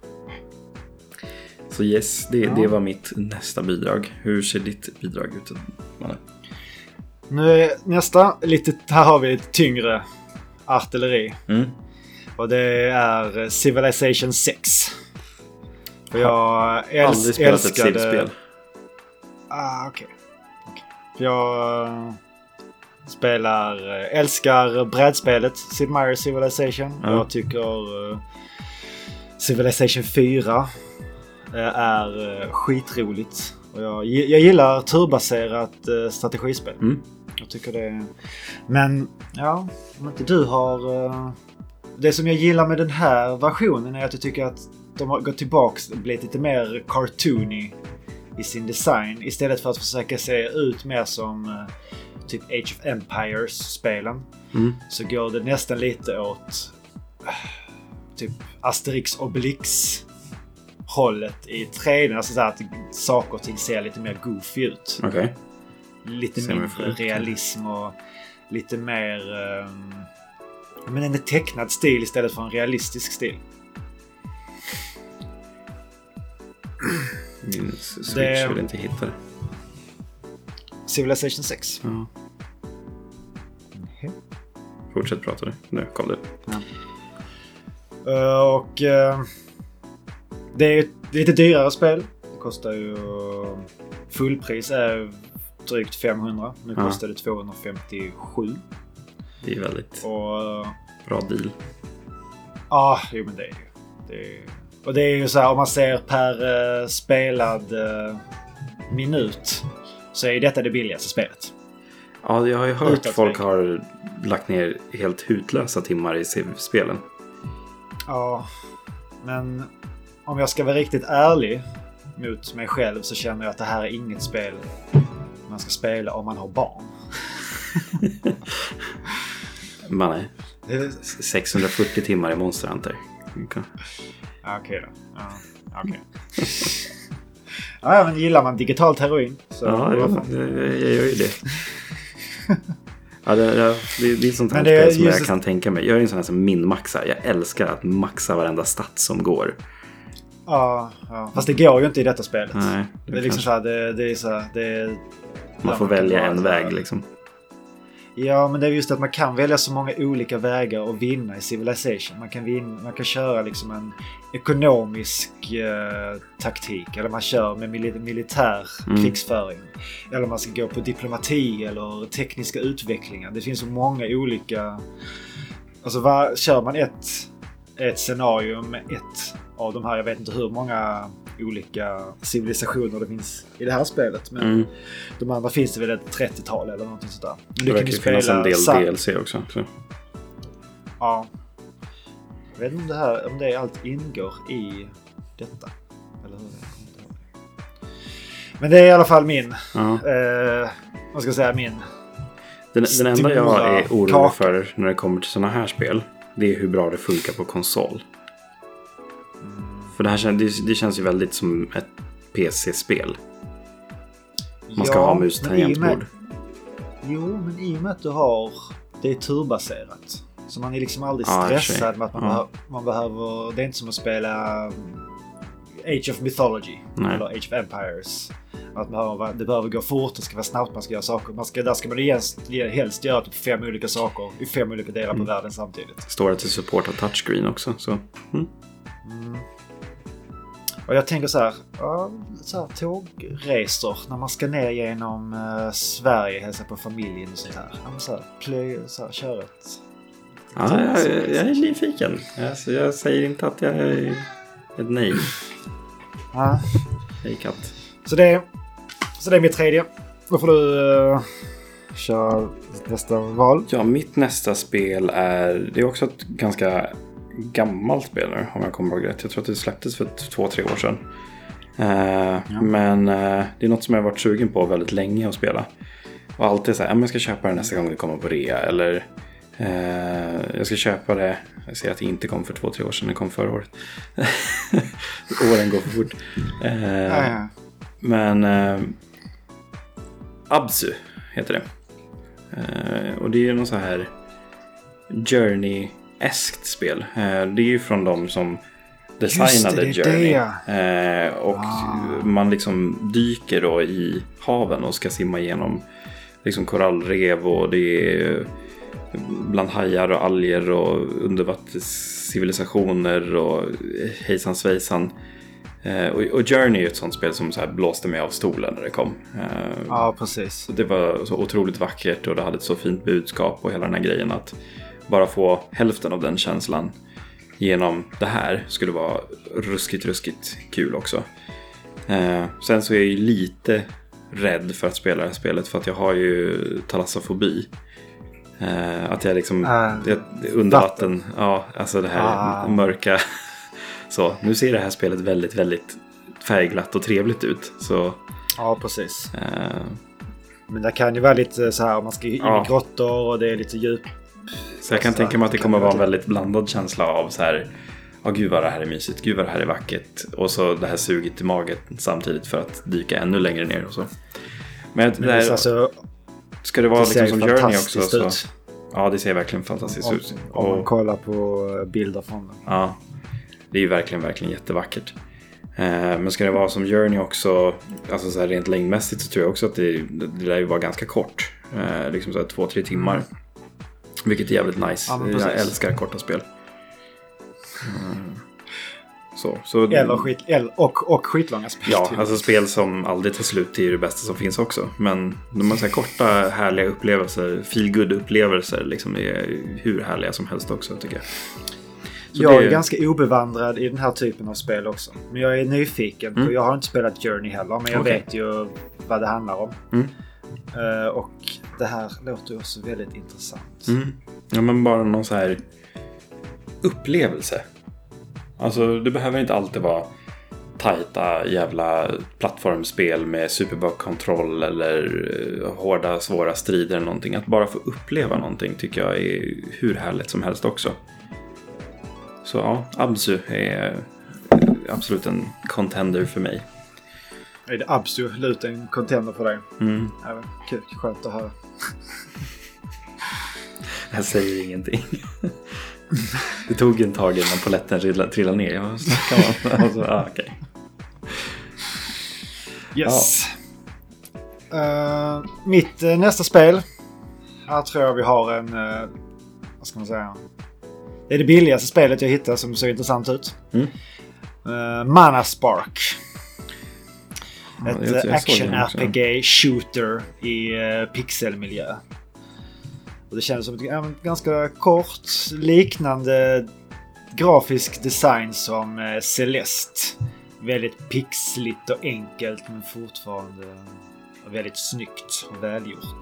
Så yes, det var mitt nästa bidrag. Hur ser ditt bidrag ut, Manne? Nu är nästa här har vi ett tyngre artilleri. Och det är Civilization 6. Och jag aldrig spelat ett Civ-spel. Okej. Jag älskar brädspelet Sid Meier's Civilization. Jag tycker Civilization 4 är skitroligt. Och jag gillar turbaserat strategispel. Jag tycker det. Men ja, om inte du har... Det som jag gillar med den här versionen är att jag tycker att de har gått tillbaks och blivit lite mer cartoony i sin design. Istället för att försöka se ut mer som typ Age of Empires-spelen. Så går det nästan lite åt typ Asterix Obelix hållet i 3D. Alltså så att saker och ting ser lite mer goofy ut. Okej. Lite mindre realism och lite mer men en tecknad stil istället för en realistisk stil. Min Switch vill inte hitta det. Civilization 6. Ja. Fortsätt prata nu. Nu kom det. Och det är ett lite dyrare spel. Det kostar ju fullpris är drygt 500. Nu kostar det 257. Det är väldigt bra deal. Ja, men det är ju. Och det är ju så här, om man ser per spelad minut så är detta det billigaste spelet. Ja, jag har ju hört att folk har lagt ner helt hutlösa timmar i spelen. Ja, men om jag ska vara riktigt ärlig mot mig själv så känner jag att det här är inget spel man ska spela om man har barn. Man är 640 timmar i Monster Hunter. Okej då. Okej. Ja, men gillar man digitalt heroin så jag gör ju det. Ja, det är sånt här spel som jag kan tänka mig. Jag är en sån här som min-maxar. Jag älskar att maxa varenda stat som går. Ja. Fast det går ju inte i detta spelet. Nej, det är liksom så här, det är så här, det är... Man får välja en väg liksom. Ja, men det är just att man kan välja så många olika vägar att vinna i Civilization. Man kan köra liksom en ekonomisk taktik. Eller man kör med militär krigsföring. Eller man ska gå på diplomati eller tekniska utvecklingar. Det finns så många olika... Alltså kör man ett scenario med ett av de här, jag vet inte hur många olika civilisationer det finns i det här spelet, men de andra finns det väl ett 30-tal eller någonting sådär. Det verkar ju finnas en del DLC också. Så. Ja. Jag vet inte om det allt ingår i detta. Eller hur det är. Men det är i alla fall min vad ska jag säga, min den enda jag är orolig för när det kommer till såna här spel, det är hur bra det funkar på konsol. För det känns ju väldigt som ett PC-spel. Man ska ha mus tangentbord. Jo, men i och med att det är turbaserat. Så man är liksom aldrig stressad med att man behöver... Det är inte som att spela Age of Mythology eller Age of Empires. Att det behöver gå fort, det ska vara snabbt, man ska göra saker. Där ska man helst göra typ 5 olika saker i 5 olika delar på världen samtidigt. Står det till support av touchscreen också. Så. Och jag tänker så här tågresor när man ska ner genom Sverige, hälsa på familjen och sånt här. Kör ett... Ja, jag är nyfiken. Jag säger inte att jag är ett nej. Ja. Hej katt. Så det är mitt tredje. Då får du köra nästa val. Ja, mitt nästa spel det är också ett ganska gammalt spel nu, om jag kommer ihåg rätt. Jag tror att det släpptes för 2-3 år sedan. Men det är något som jag har varit sugen på väldigt länge att spela. Och alltid så här, jag ska köpa det nästa gång det kommer på rea. Eller jag ska köpa det. Jag ser att det inte kom för 2-3 år sedan, det kom förra året. Åren går för fort. Men Abzu heter det. Och det är någon så här Journey-eskt spel. Det är ju från de som designade Journey. Och man liksom dyker då i haven och ska simma igenom liksom korallrev, och det är bland hajar och alger och undervattenscivilisationer och hejsan svejsan. Och Journey är ett sånt spel som så här blåste mig av stolen när det kom. Ja, precis. Det var så otroligt vackert och det hade ett så fint budskap och hela den här grejen, att bara få hälften av den känslan genom det här skulle vara ruskigt kul också. Sen så är jag ju lite rädd för att spela det här spelet, för att jag har ju talassofobi. Att jag liksom under vatten, ja, alltså det här mörka. Så nu ser det här spelet väldigt, väldigt färgglatt och trevligt ut. Så, ja, precis. Men det kan ju vara lite så här, man ska in i grottor och det är lite djup. Så jag kan tänka mig att det kommer vara en väldigt blandad känsla av så här, gud vad det här är mysigt, gud vad det här är vackert. Och så det här suget i magen samtidigt för att dyka ännu längre ner och så. Men det här, alltså, ska det vara liksom som Journey också så, ja, det ser verkligen fantastiskt ut. Om man kollar på bilder från den. Ja, det är ju verkligen jättevackert. Men ska det vara som Journey också, alltså så här rent längdmässigt, så tror jag också att det lär ju vara ganska kort. Liksom så här 2-3 timmar. Vilket är jävligt nice. Ja, jag älskar korta spel. Så och skitlånga spel. Ja, alltså spel som aldrig tar slut är ju det bästa som finns också. Men de har så här korta, härliga upplevelser, feel-good upplevelser liksom, är hur härliga som helst också, tycker jag. Så jag är ganska obevandrad i den här typen av spel också. Men jag är nyfiken. För jag har inte spelat Journey heller. Men jag vet ju vad det handlar om. Och det här låter också väldigt intressant. Ja, men bara någon så här upplevelse. Alltså det behöver inte alltid vara tajta jävla plattformspel med superbug-kontroll eller hårda, svåra strider eller någonting. Att bara få uppleva någonting tycker jag är hur härligt som helst också. Så ja, Abzu är absolut en contender för mig. Är det absolut en contender för dig? Mm. Ja, kul, skönt att höra. Jag säger ingenting. Det tog en tag innan poletten trillade ner. Jag snackar om. Alltså, okej. Yes. Mitt nästa spel. Här tror jag vi har en... vad ska man säga? Det är det billigaste spelet jag hittade som ser intressant ut. Mana Spark. Ett action-RPG shooter i pixelmiljö. Och det känns som ett ganska kort, liknande grafisk design som Celeste. Väldigt pixligt och enkelt, men fortfarande väldigt snyggt och välgjort.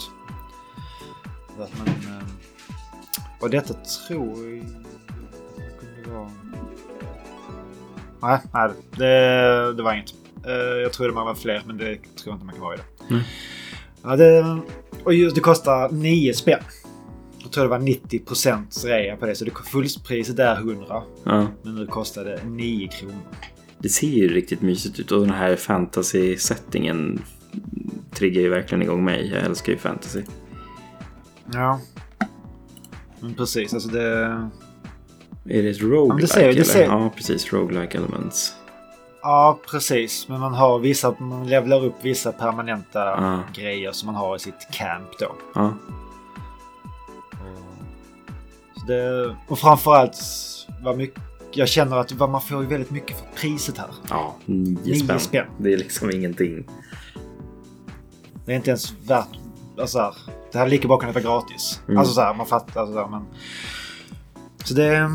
Och detta tror jag kunde vara... Nej, det var inget. Jag tror det var fler, men det tror jag inte man kan vara i det. Ja, och just det kostar 9 spänn. Jag tror det var 90% rea på det, så det fullpriset är 100. Ja. Men nu kostar det 9 kronor. Det ser ju riktigt mysigt ut, och den här fantasy-settingen triggar ju verkligen igång mig. Jag älskar ju fantasy. Ja. Men precis, alltså det... Är det ett roguelike? Ja, precis. Roguelike elements. Ja, precis. Men man har man levlar upp vissa permanenta grejer som man har i sitt camp då. Ja. Och framförallt jag känner att man får ju väldigt mycket för priset här. Ja, 9 spänn. Det är liksom ingenting. Det är inte ens värt... Alltså, det här är lika bra kan det vara gratis. Alltså så här, man fattar. Alltså, så här, men... Så det...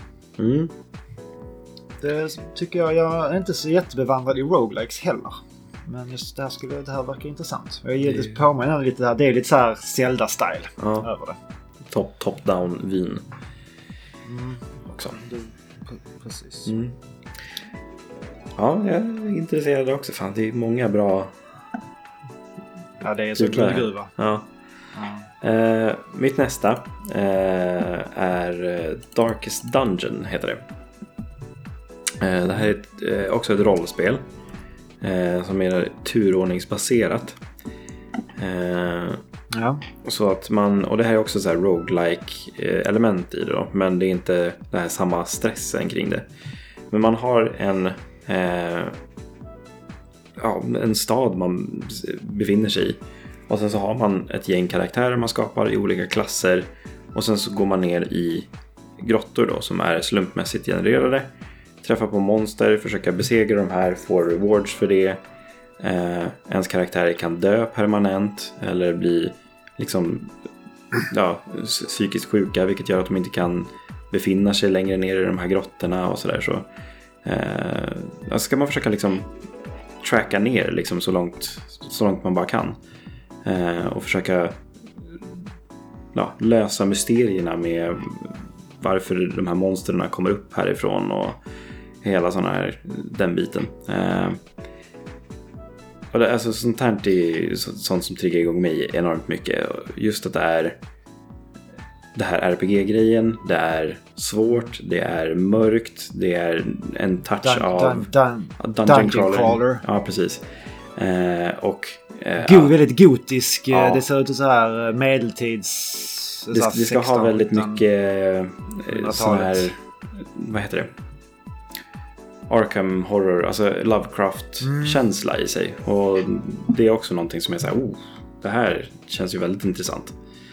Det tycker jag är inte så jättebevandrad i roguelikes heller. Men just det här verkar intressant. Jag ger det på mig lite där. Det är lite så här Zelda-style över det. Top-down vin. Också. Precis. Ja, jag är intresserad också. Fan, det är många bra... Ja, det är så kul va? Ja. Mitt nästa är Darkest Dungeon heter det. Det här är också ett rollspel som är turordningsbaserat. Så att och det här är också så här roguelike element i det då, men det är inte det här samma stressen kring det. Men man har en stad man befinner sig i, och sen så har man ett gäng karaktärer man skapar i olika klasser, och sen så går man ner i grottor då som är slumpmässigt genererade, träffar på monster, försöka besegra de här, får rewards för det. Ens karaktärer kan dö permanent eller bli liksom psykiskt sjuka, vilket gör att de inte kan befinna sig längre ner i de här grottorna och sådär. Så ska man försöka liksom tracka ner liksom så långt man bara kan, och försöka lösa mysterierna med varför de här monsterna kommer upp härifrån och hela den biten. Och det, alltså, sånt här är sånt som triggar igång mig enormt mycket. Just att det är det här RPG-grejen, det är svårt, det är mörkt, det är en touch av Dungeon Crawler. Ja, precis. Väldigt gotisk. Det ser ut så här medeltids... Det ska ha väldigt mycket sån här... Vad heter det? Arkham Horror, alltså Lovecraft-känsla i sig. Och det är också någonting som är så här, det här känns ju väldigt intressant.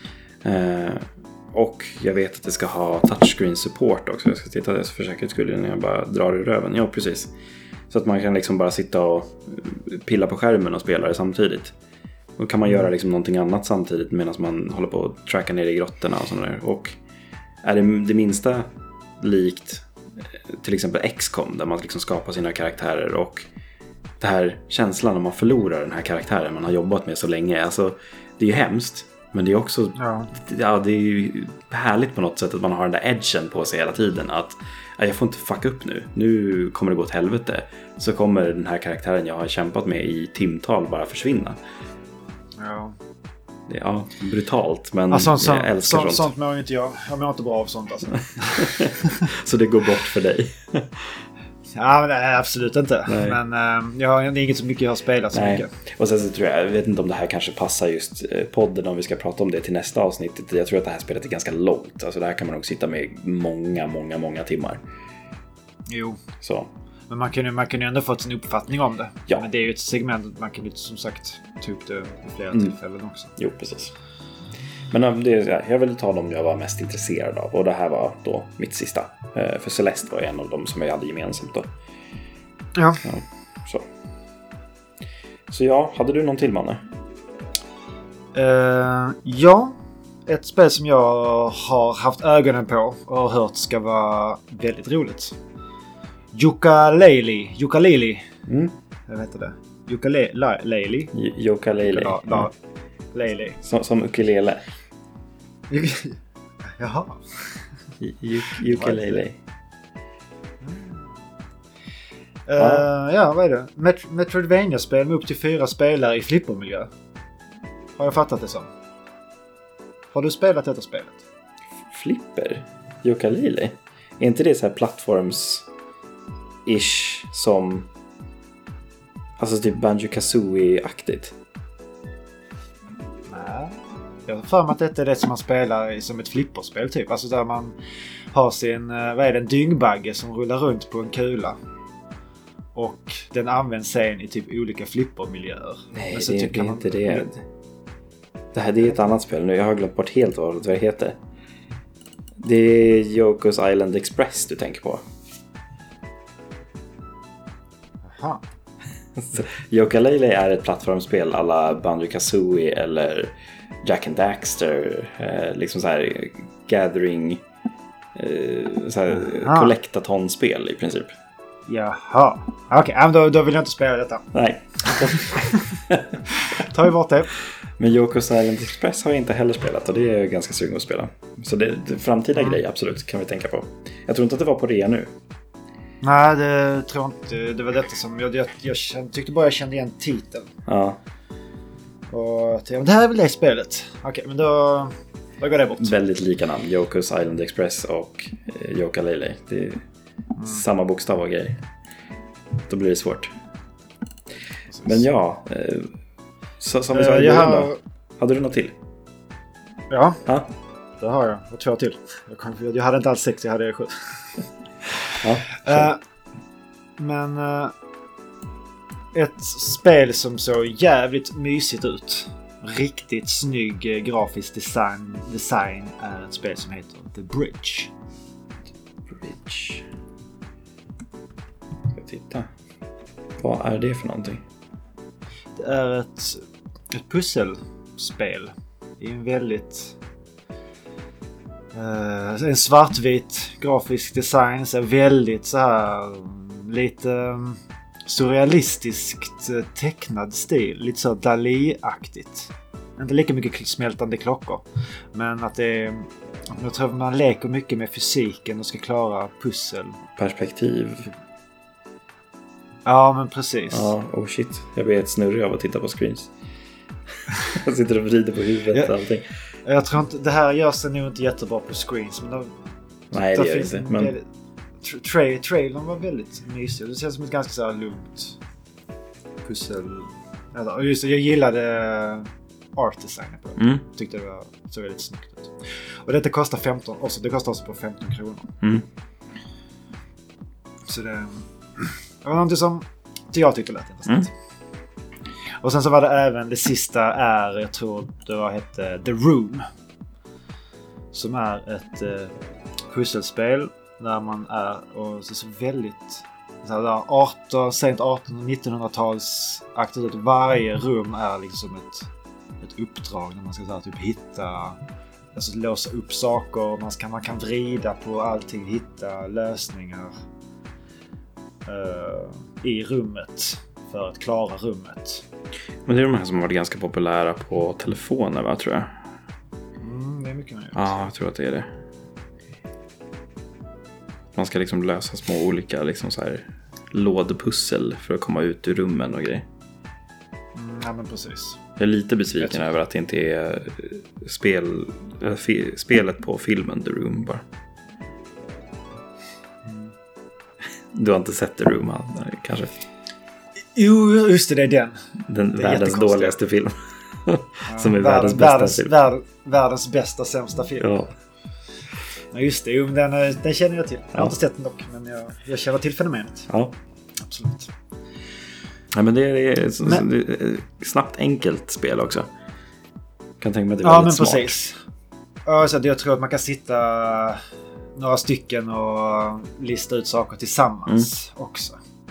Och jag vet att det ska ha touchscreen support också. Jag ska titta det för säkerhets skull när jag bara drar i röven. Ja, precis. Så att man kan liksom bara sitta och pilla på skärmen och spela det samtidigt. Då kan man göra liksom någonting annat samtidigt medan man håller på att tracka ner i grottorna och sådär. Och är det minsta likt till exempel XCOM, där man liksom skapar sina karaktärer, och det här känslan när man förlorar den här karaktären man har jobbat med så länge, alltså det är ju hemskt, men det är också det är ju härligt på något sätt att man har den där edgen på sig hela tiden, att jag får inte fucka upp nu kommer det gå åt helvete, så kommer den här karaktären jag har kämpat med i timtal bara försvinna. Ja. Det är brutalt, men alltså, jag älskar sånt. Sånt mår inte jag. Jag mår inte bra av sånt alltså. Så det går bort för dig. Ja, men nej, absolut inte. Nej. Men det är inget så mycket jag har spelat så mycket. Och sen så tror jag vet inte om det här kanske passar just podden om vi ska prata om det till nästa avsnitt. Jag tror att det här spelet är ganska långt. Alltså det här kan man nog sitta med många timmar. Jo. Så. Men man kan ju ändå få sin uppfattning om det. Ja. Men det är ju ett segment, man kan ju som sagt ta upp det vid flera tillfällen också. Jo, precis. Men jag ville ta dem jag var mest intresserad av. Och det här var då mitt sista. För Celeste var en av dem som jag hade gemensamt då. Ja. Så ja, hade du någon till, Manne? Ja. Ett spel som jag har haft ögonen på och har hört ska vara väldigt roligt. Yooka-Laylee. Vad heter det? Yooka-Laylee. Yooka-Laylee. Som ukulele. Jaha. Yooka-Laylee. Ja, vad är det? Metroidvania-spel med upp till 4 spelare i flippermiljö. Har jag fattat det som? Har du spelat detta spelet? Flipper? Yooka-Laylee? Är inte det så här plattforms-ish som... Alltså typ Banjo-Kazooie-aktigt? Nej. Jag har för mig att detta är det som man spelar som ett flipperspel typ. Alltså där man har sin, en dyngbagge som rullar runt på en kula. Och den används sen i typ olika flippermiljöer. Nej, det är inte det. Det här är ett annat spel nu. Jag har glömt bort helt vad det heter. Det är Yoko's Island Express du tänker på. Aha. Yooka-Laylee är ett plattformsspel alla Banjo-Kazooie eller Jack and Daxter. Liksom så här gathering, så här collectathon-spel i princip. Jaha. Okej, då vill jag inte spela detta. Nej. Ta ju bort det. Men Yoko's Island Express har jag inte heller spelat och det är jag ganska sugen att spela. Så det framtida grej absolut kan vi tänka på. Jag tror inte att det var på rea nu. Nej, det tror jag inte. Det var detta som jag tyckte bara jag kände igen titeln. Ja. Och det här är väl det spelet. Okej, men då går det bort. Väldigt lika namn. Yoko's Island Express och Yooka-Laylee. Det är samma bokstav och grej. Då blir det svårt. Precis. Men ja, som vi sa i början då. Hade du något till? Ja, det har jag. Och 2 till. Jag hade inte alls 6, jag hade 7. Men ett spel som såg jävligt mysigt ut. Riktigt snygg grafisk design är ett spel som heter The Bridge. Ska titta. Vad är det för någonting? Det är ett pusselspel. Det är en väldigt en svartvit grafisk design, så väldigt så här lite surrealistiskt tecknad stil, lite så Dalí-aktigt. Inte lika mycket smältande klockor, men att jag tror att man leker mycket med fysiken och ska klara pussel. Perspektiv. Ja, men precis. Ja, oh shit. Jag blir helt snurrig av att titta på screens. Jag sitter och vrider på huvudet och allting. Jag tror inte, det här gör sig nog inte jättebra på screens. Men nej, det gör inte. Men... Trailern var väldigt mysig. Det känns som ett ganska så här lugnt pussel. Alltså, just det, jag gillade art designen på det. Tyckte det så väldigt snyggt ut. Och detta kostar 15. Också, det kostar också på 15 kronor. Så det var någonting som jag tyckte lät intressant. Och sen så var det även det sista jag tror det hette The Room. Som är ett pusselspel där man är och så väldigt så där sent 1800- och 1900-tals aktigt ut. Varje rum är liksom ett uppdrag när man ska så här, typ hitta, alltså låsa upp saker, man kan vrida på allting, hitta lösningar i rummet för att klara rummet. Men det är de här som har varit ganska populära på telefoner, va, tror jag. Det är mycket möjligt. Ja, jag tror att det är det. Man ska liksom lösa små olika liksom så här lådpussel för att komma ut ur rummen och grejer. Ja, men precis. Jag är lite besviken över att det inte är spelet på filmen The Room bara. Du har inte sett The Room, kanske? Jo, just det är den. Den världens dåligaste film. Som är världens bästa film. Världens bästa, sämsta film. Ja. Ja, just det. Jo, den känner jag till. Jag har inte sett den dock, men jag känner till fenomenet. Ja. Absolut. Ja, men det är snabbt enkelt spel också. Kan tänka mig att det är väldigt väldigt smart. Precis. Ja, så jag tror att man kan sitta några stycken och lista ut saker tillsammans också.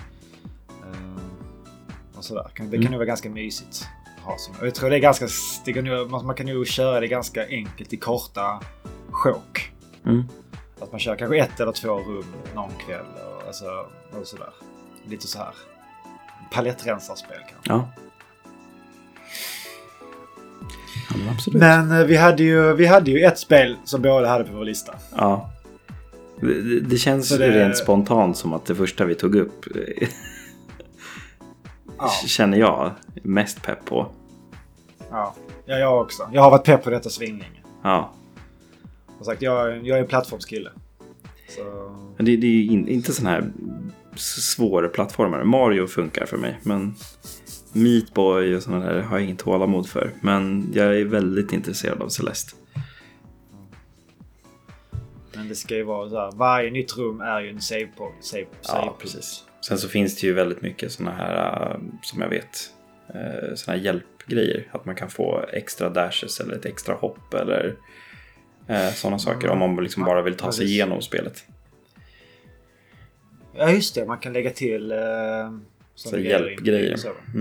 Och sådär. Det kan ju vara ganska mysigt. Jag tror det är ganska... man kan ju köra det ganska enkelt i korta sjok. Att man kör kanske 1 eller 2 rum någon kväll. Och sådär. Lite så här. Palettrensarspel kanske. Ja. Ja, men absolut. Men vi hade ju ett spel som båda hade på vår lista. Ja. Det känns rent spontant som att det första vi tog upp känner jag mest pepp på. Ja, jag också. Jag har varit pepp på detta svinglänge. Ja. Som sagt, jag är en plattformskille. Så... Det är inte sån här svåra plattformar. Mario funkar för mig, men Meat Boy och sådana där har jag inget tålamod för. Men jag är väldigt intresserad av Celeste. Men det ska ju vara så här, varje nytt rum är ju en save ja, precis. Sen så finns det ju väldigt mycket sådana här, som jag vet, sådana här hjälpgrejer. Att man kan få extra dashes eller ett extra hopp eller sådana saker om man liksom bara vill ta sig igenom spelet. Ja, just det. Man kan lägga till så hjälpgrejer.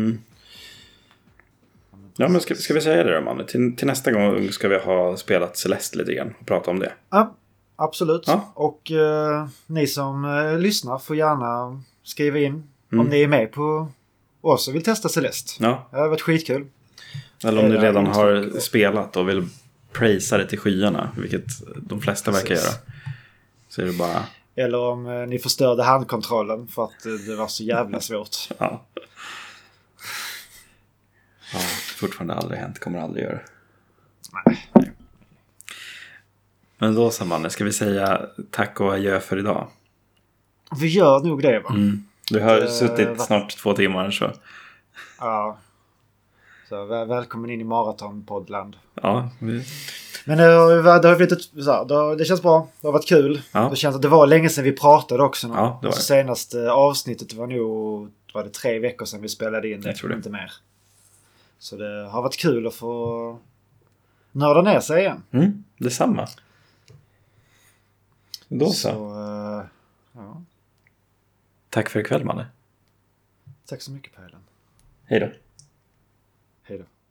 Ja, men ska vi säga det då, man? Till nästa gång ska vi ha spelat Celeste lite grann och prata om det. Ja, absolut. Ja. Och ni som lyssnar får gärna skriva in om ni är med på oss och vill testa Celeste. Ja. Det har varit skitkul. Eller om ni redan har spelat och vill prisa det till skyarna, vilket de flesta verkar göra. Så är det bara... Eller om ni förstörde handkontrollen för att det var så jävla svårt. Ja. Ja, fortfarande aldrig hänt, kommer aldrig göra. Nej. Men då, Samanne, ska vi säga tack och adjö för idag? Vi gör nog det, va? Du har suttit snart 2 timmar, så... Ja. Så välkommen in i maratonpoddland. Ja. Men det har blivit det känns bra. Det har varit kul. Ja. Det känns att det var länge sedan vi pratade också. Ja, det var det. Senaste avsnittet var det 3 veckor sedan vi spelade in det. Jag tror det. Inte mer. Så det har varit kul att få nörda ner sig igen. Detsamma. Då så. Ja. Tack för ikväll, Manne. Tack så mycket, Pejlen. Hej då. Hej då.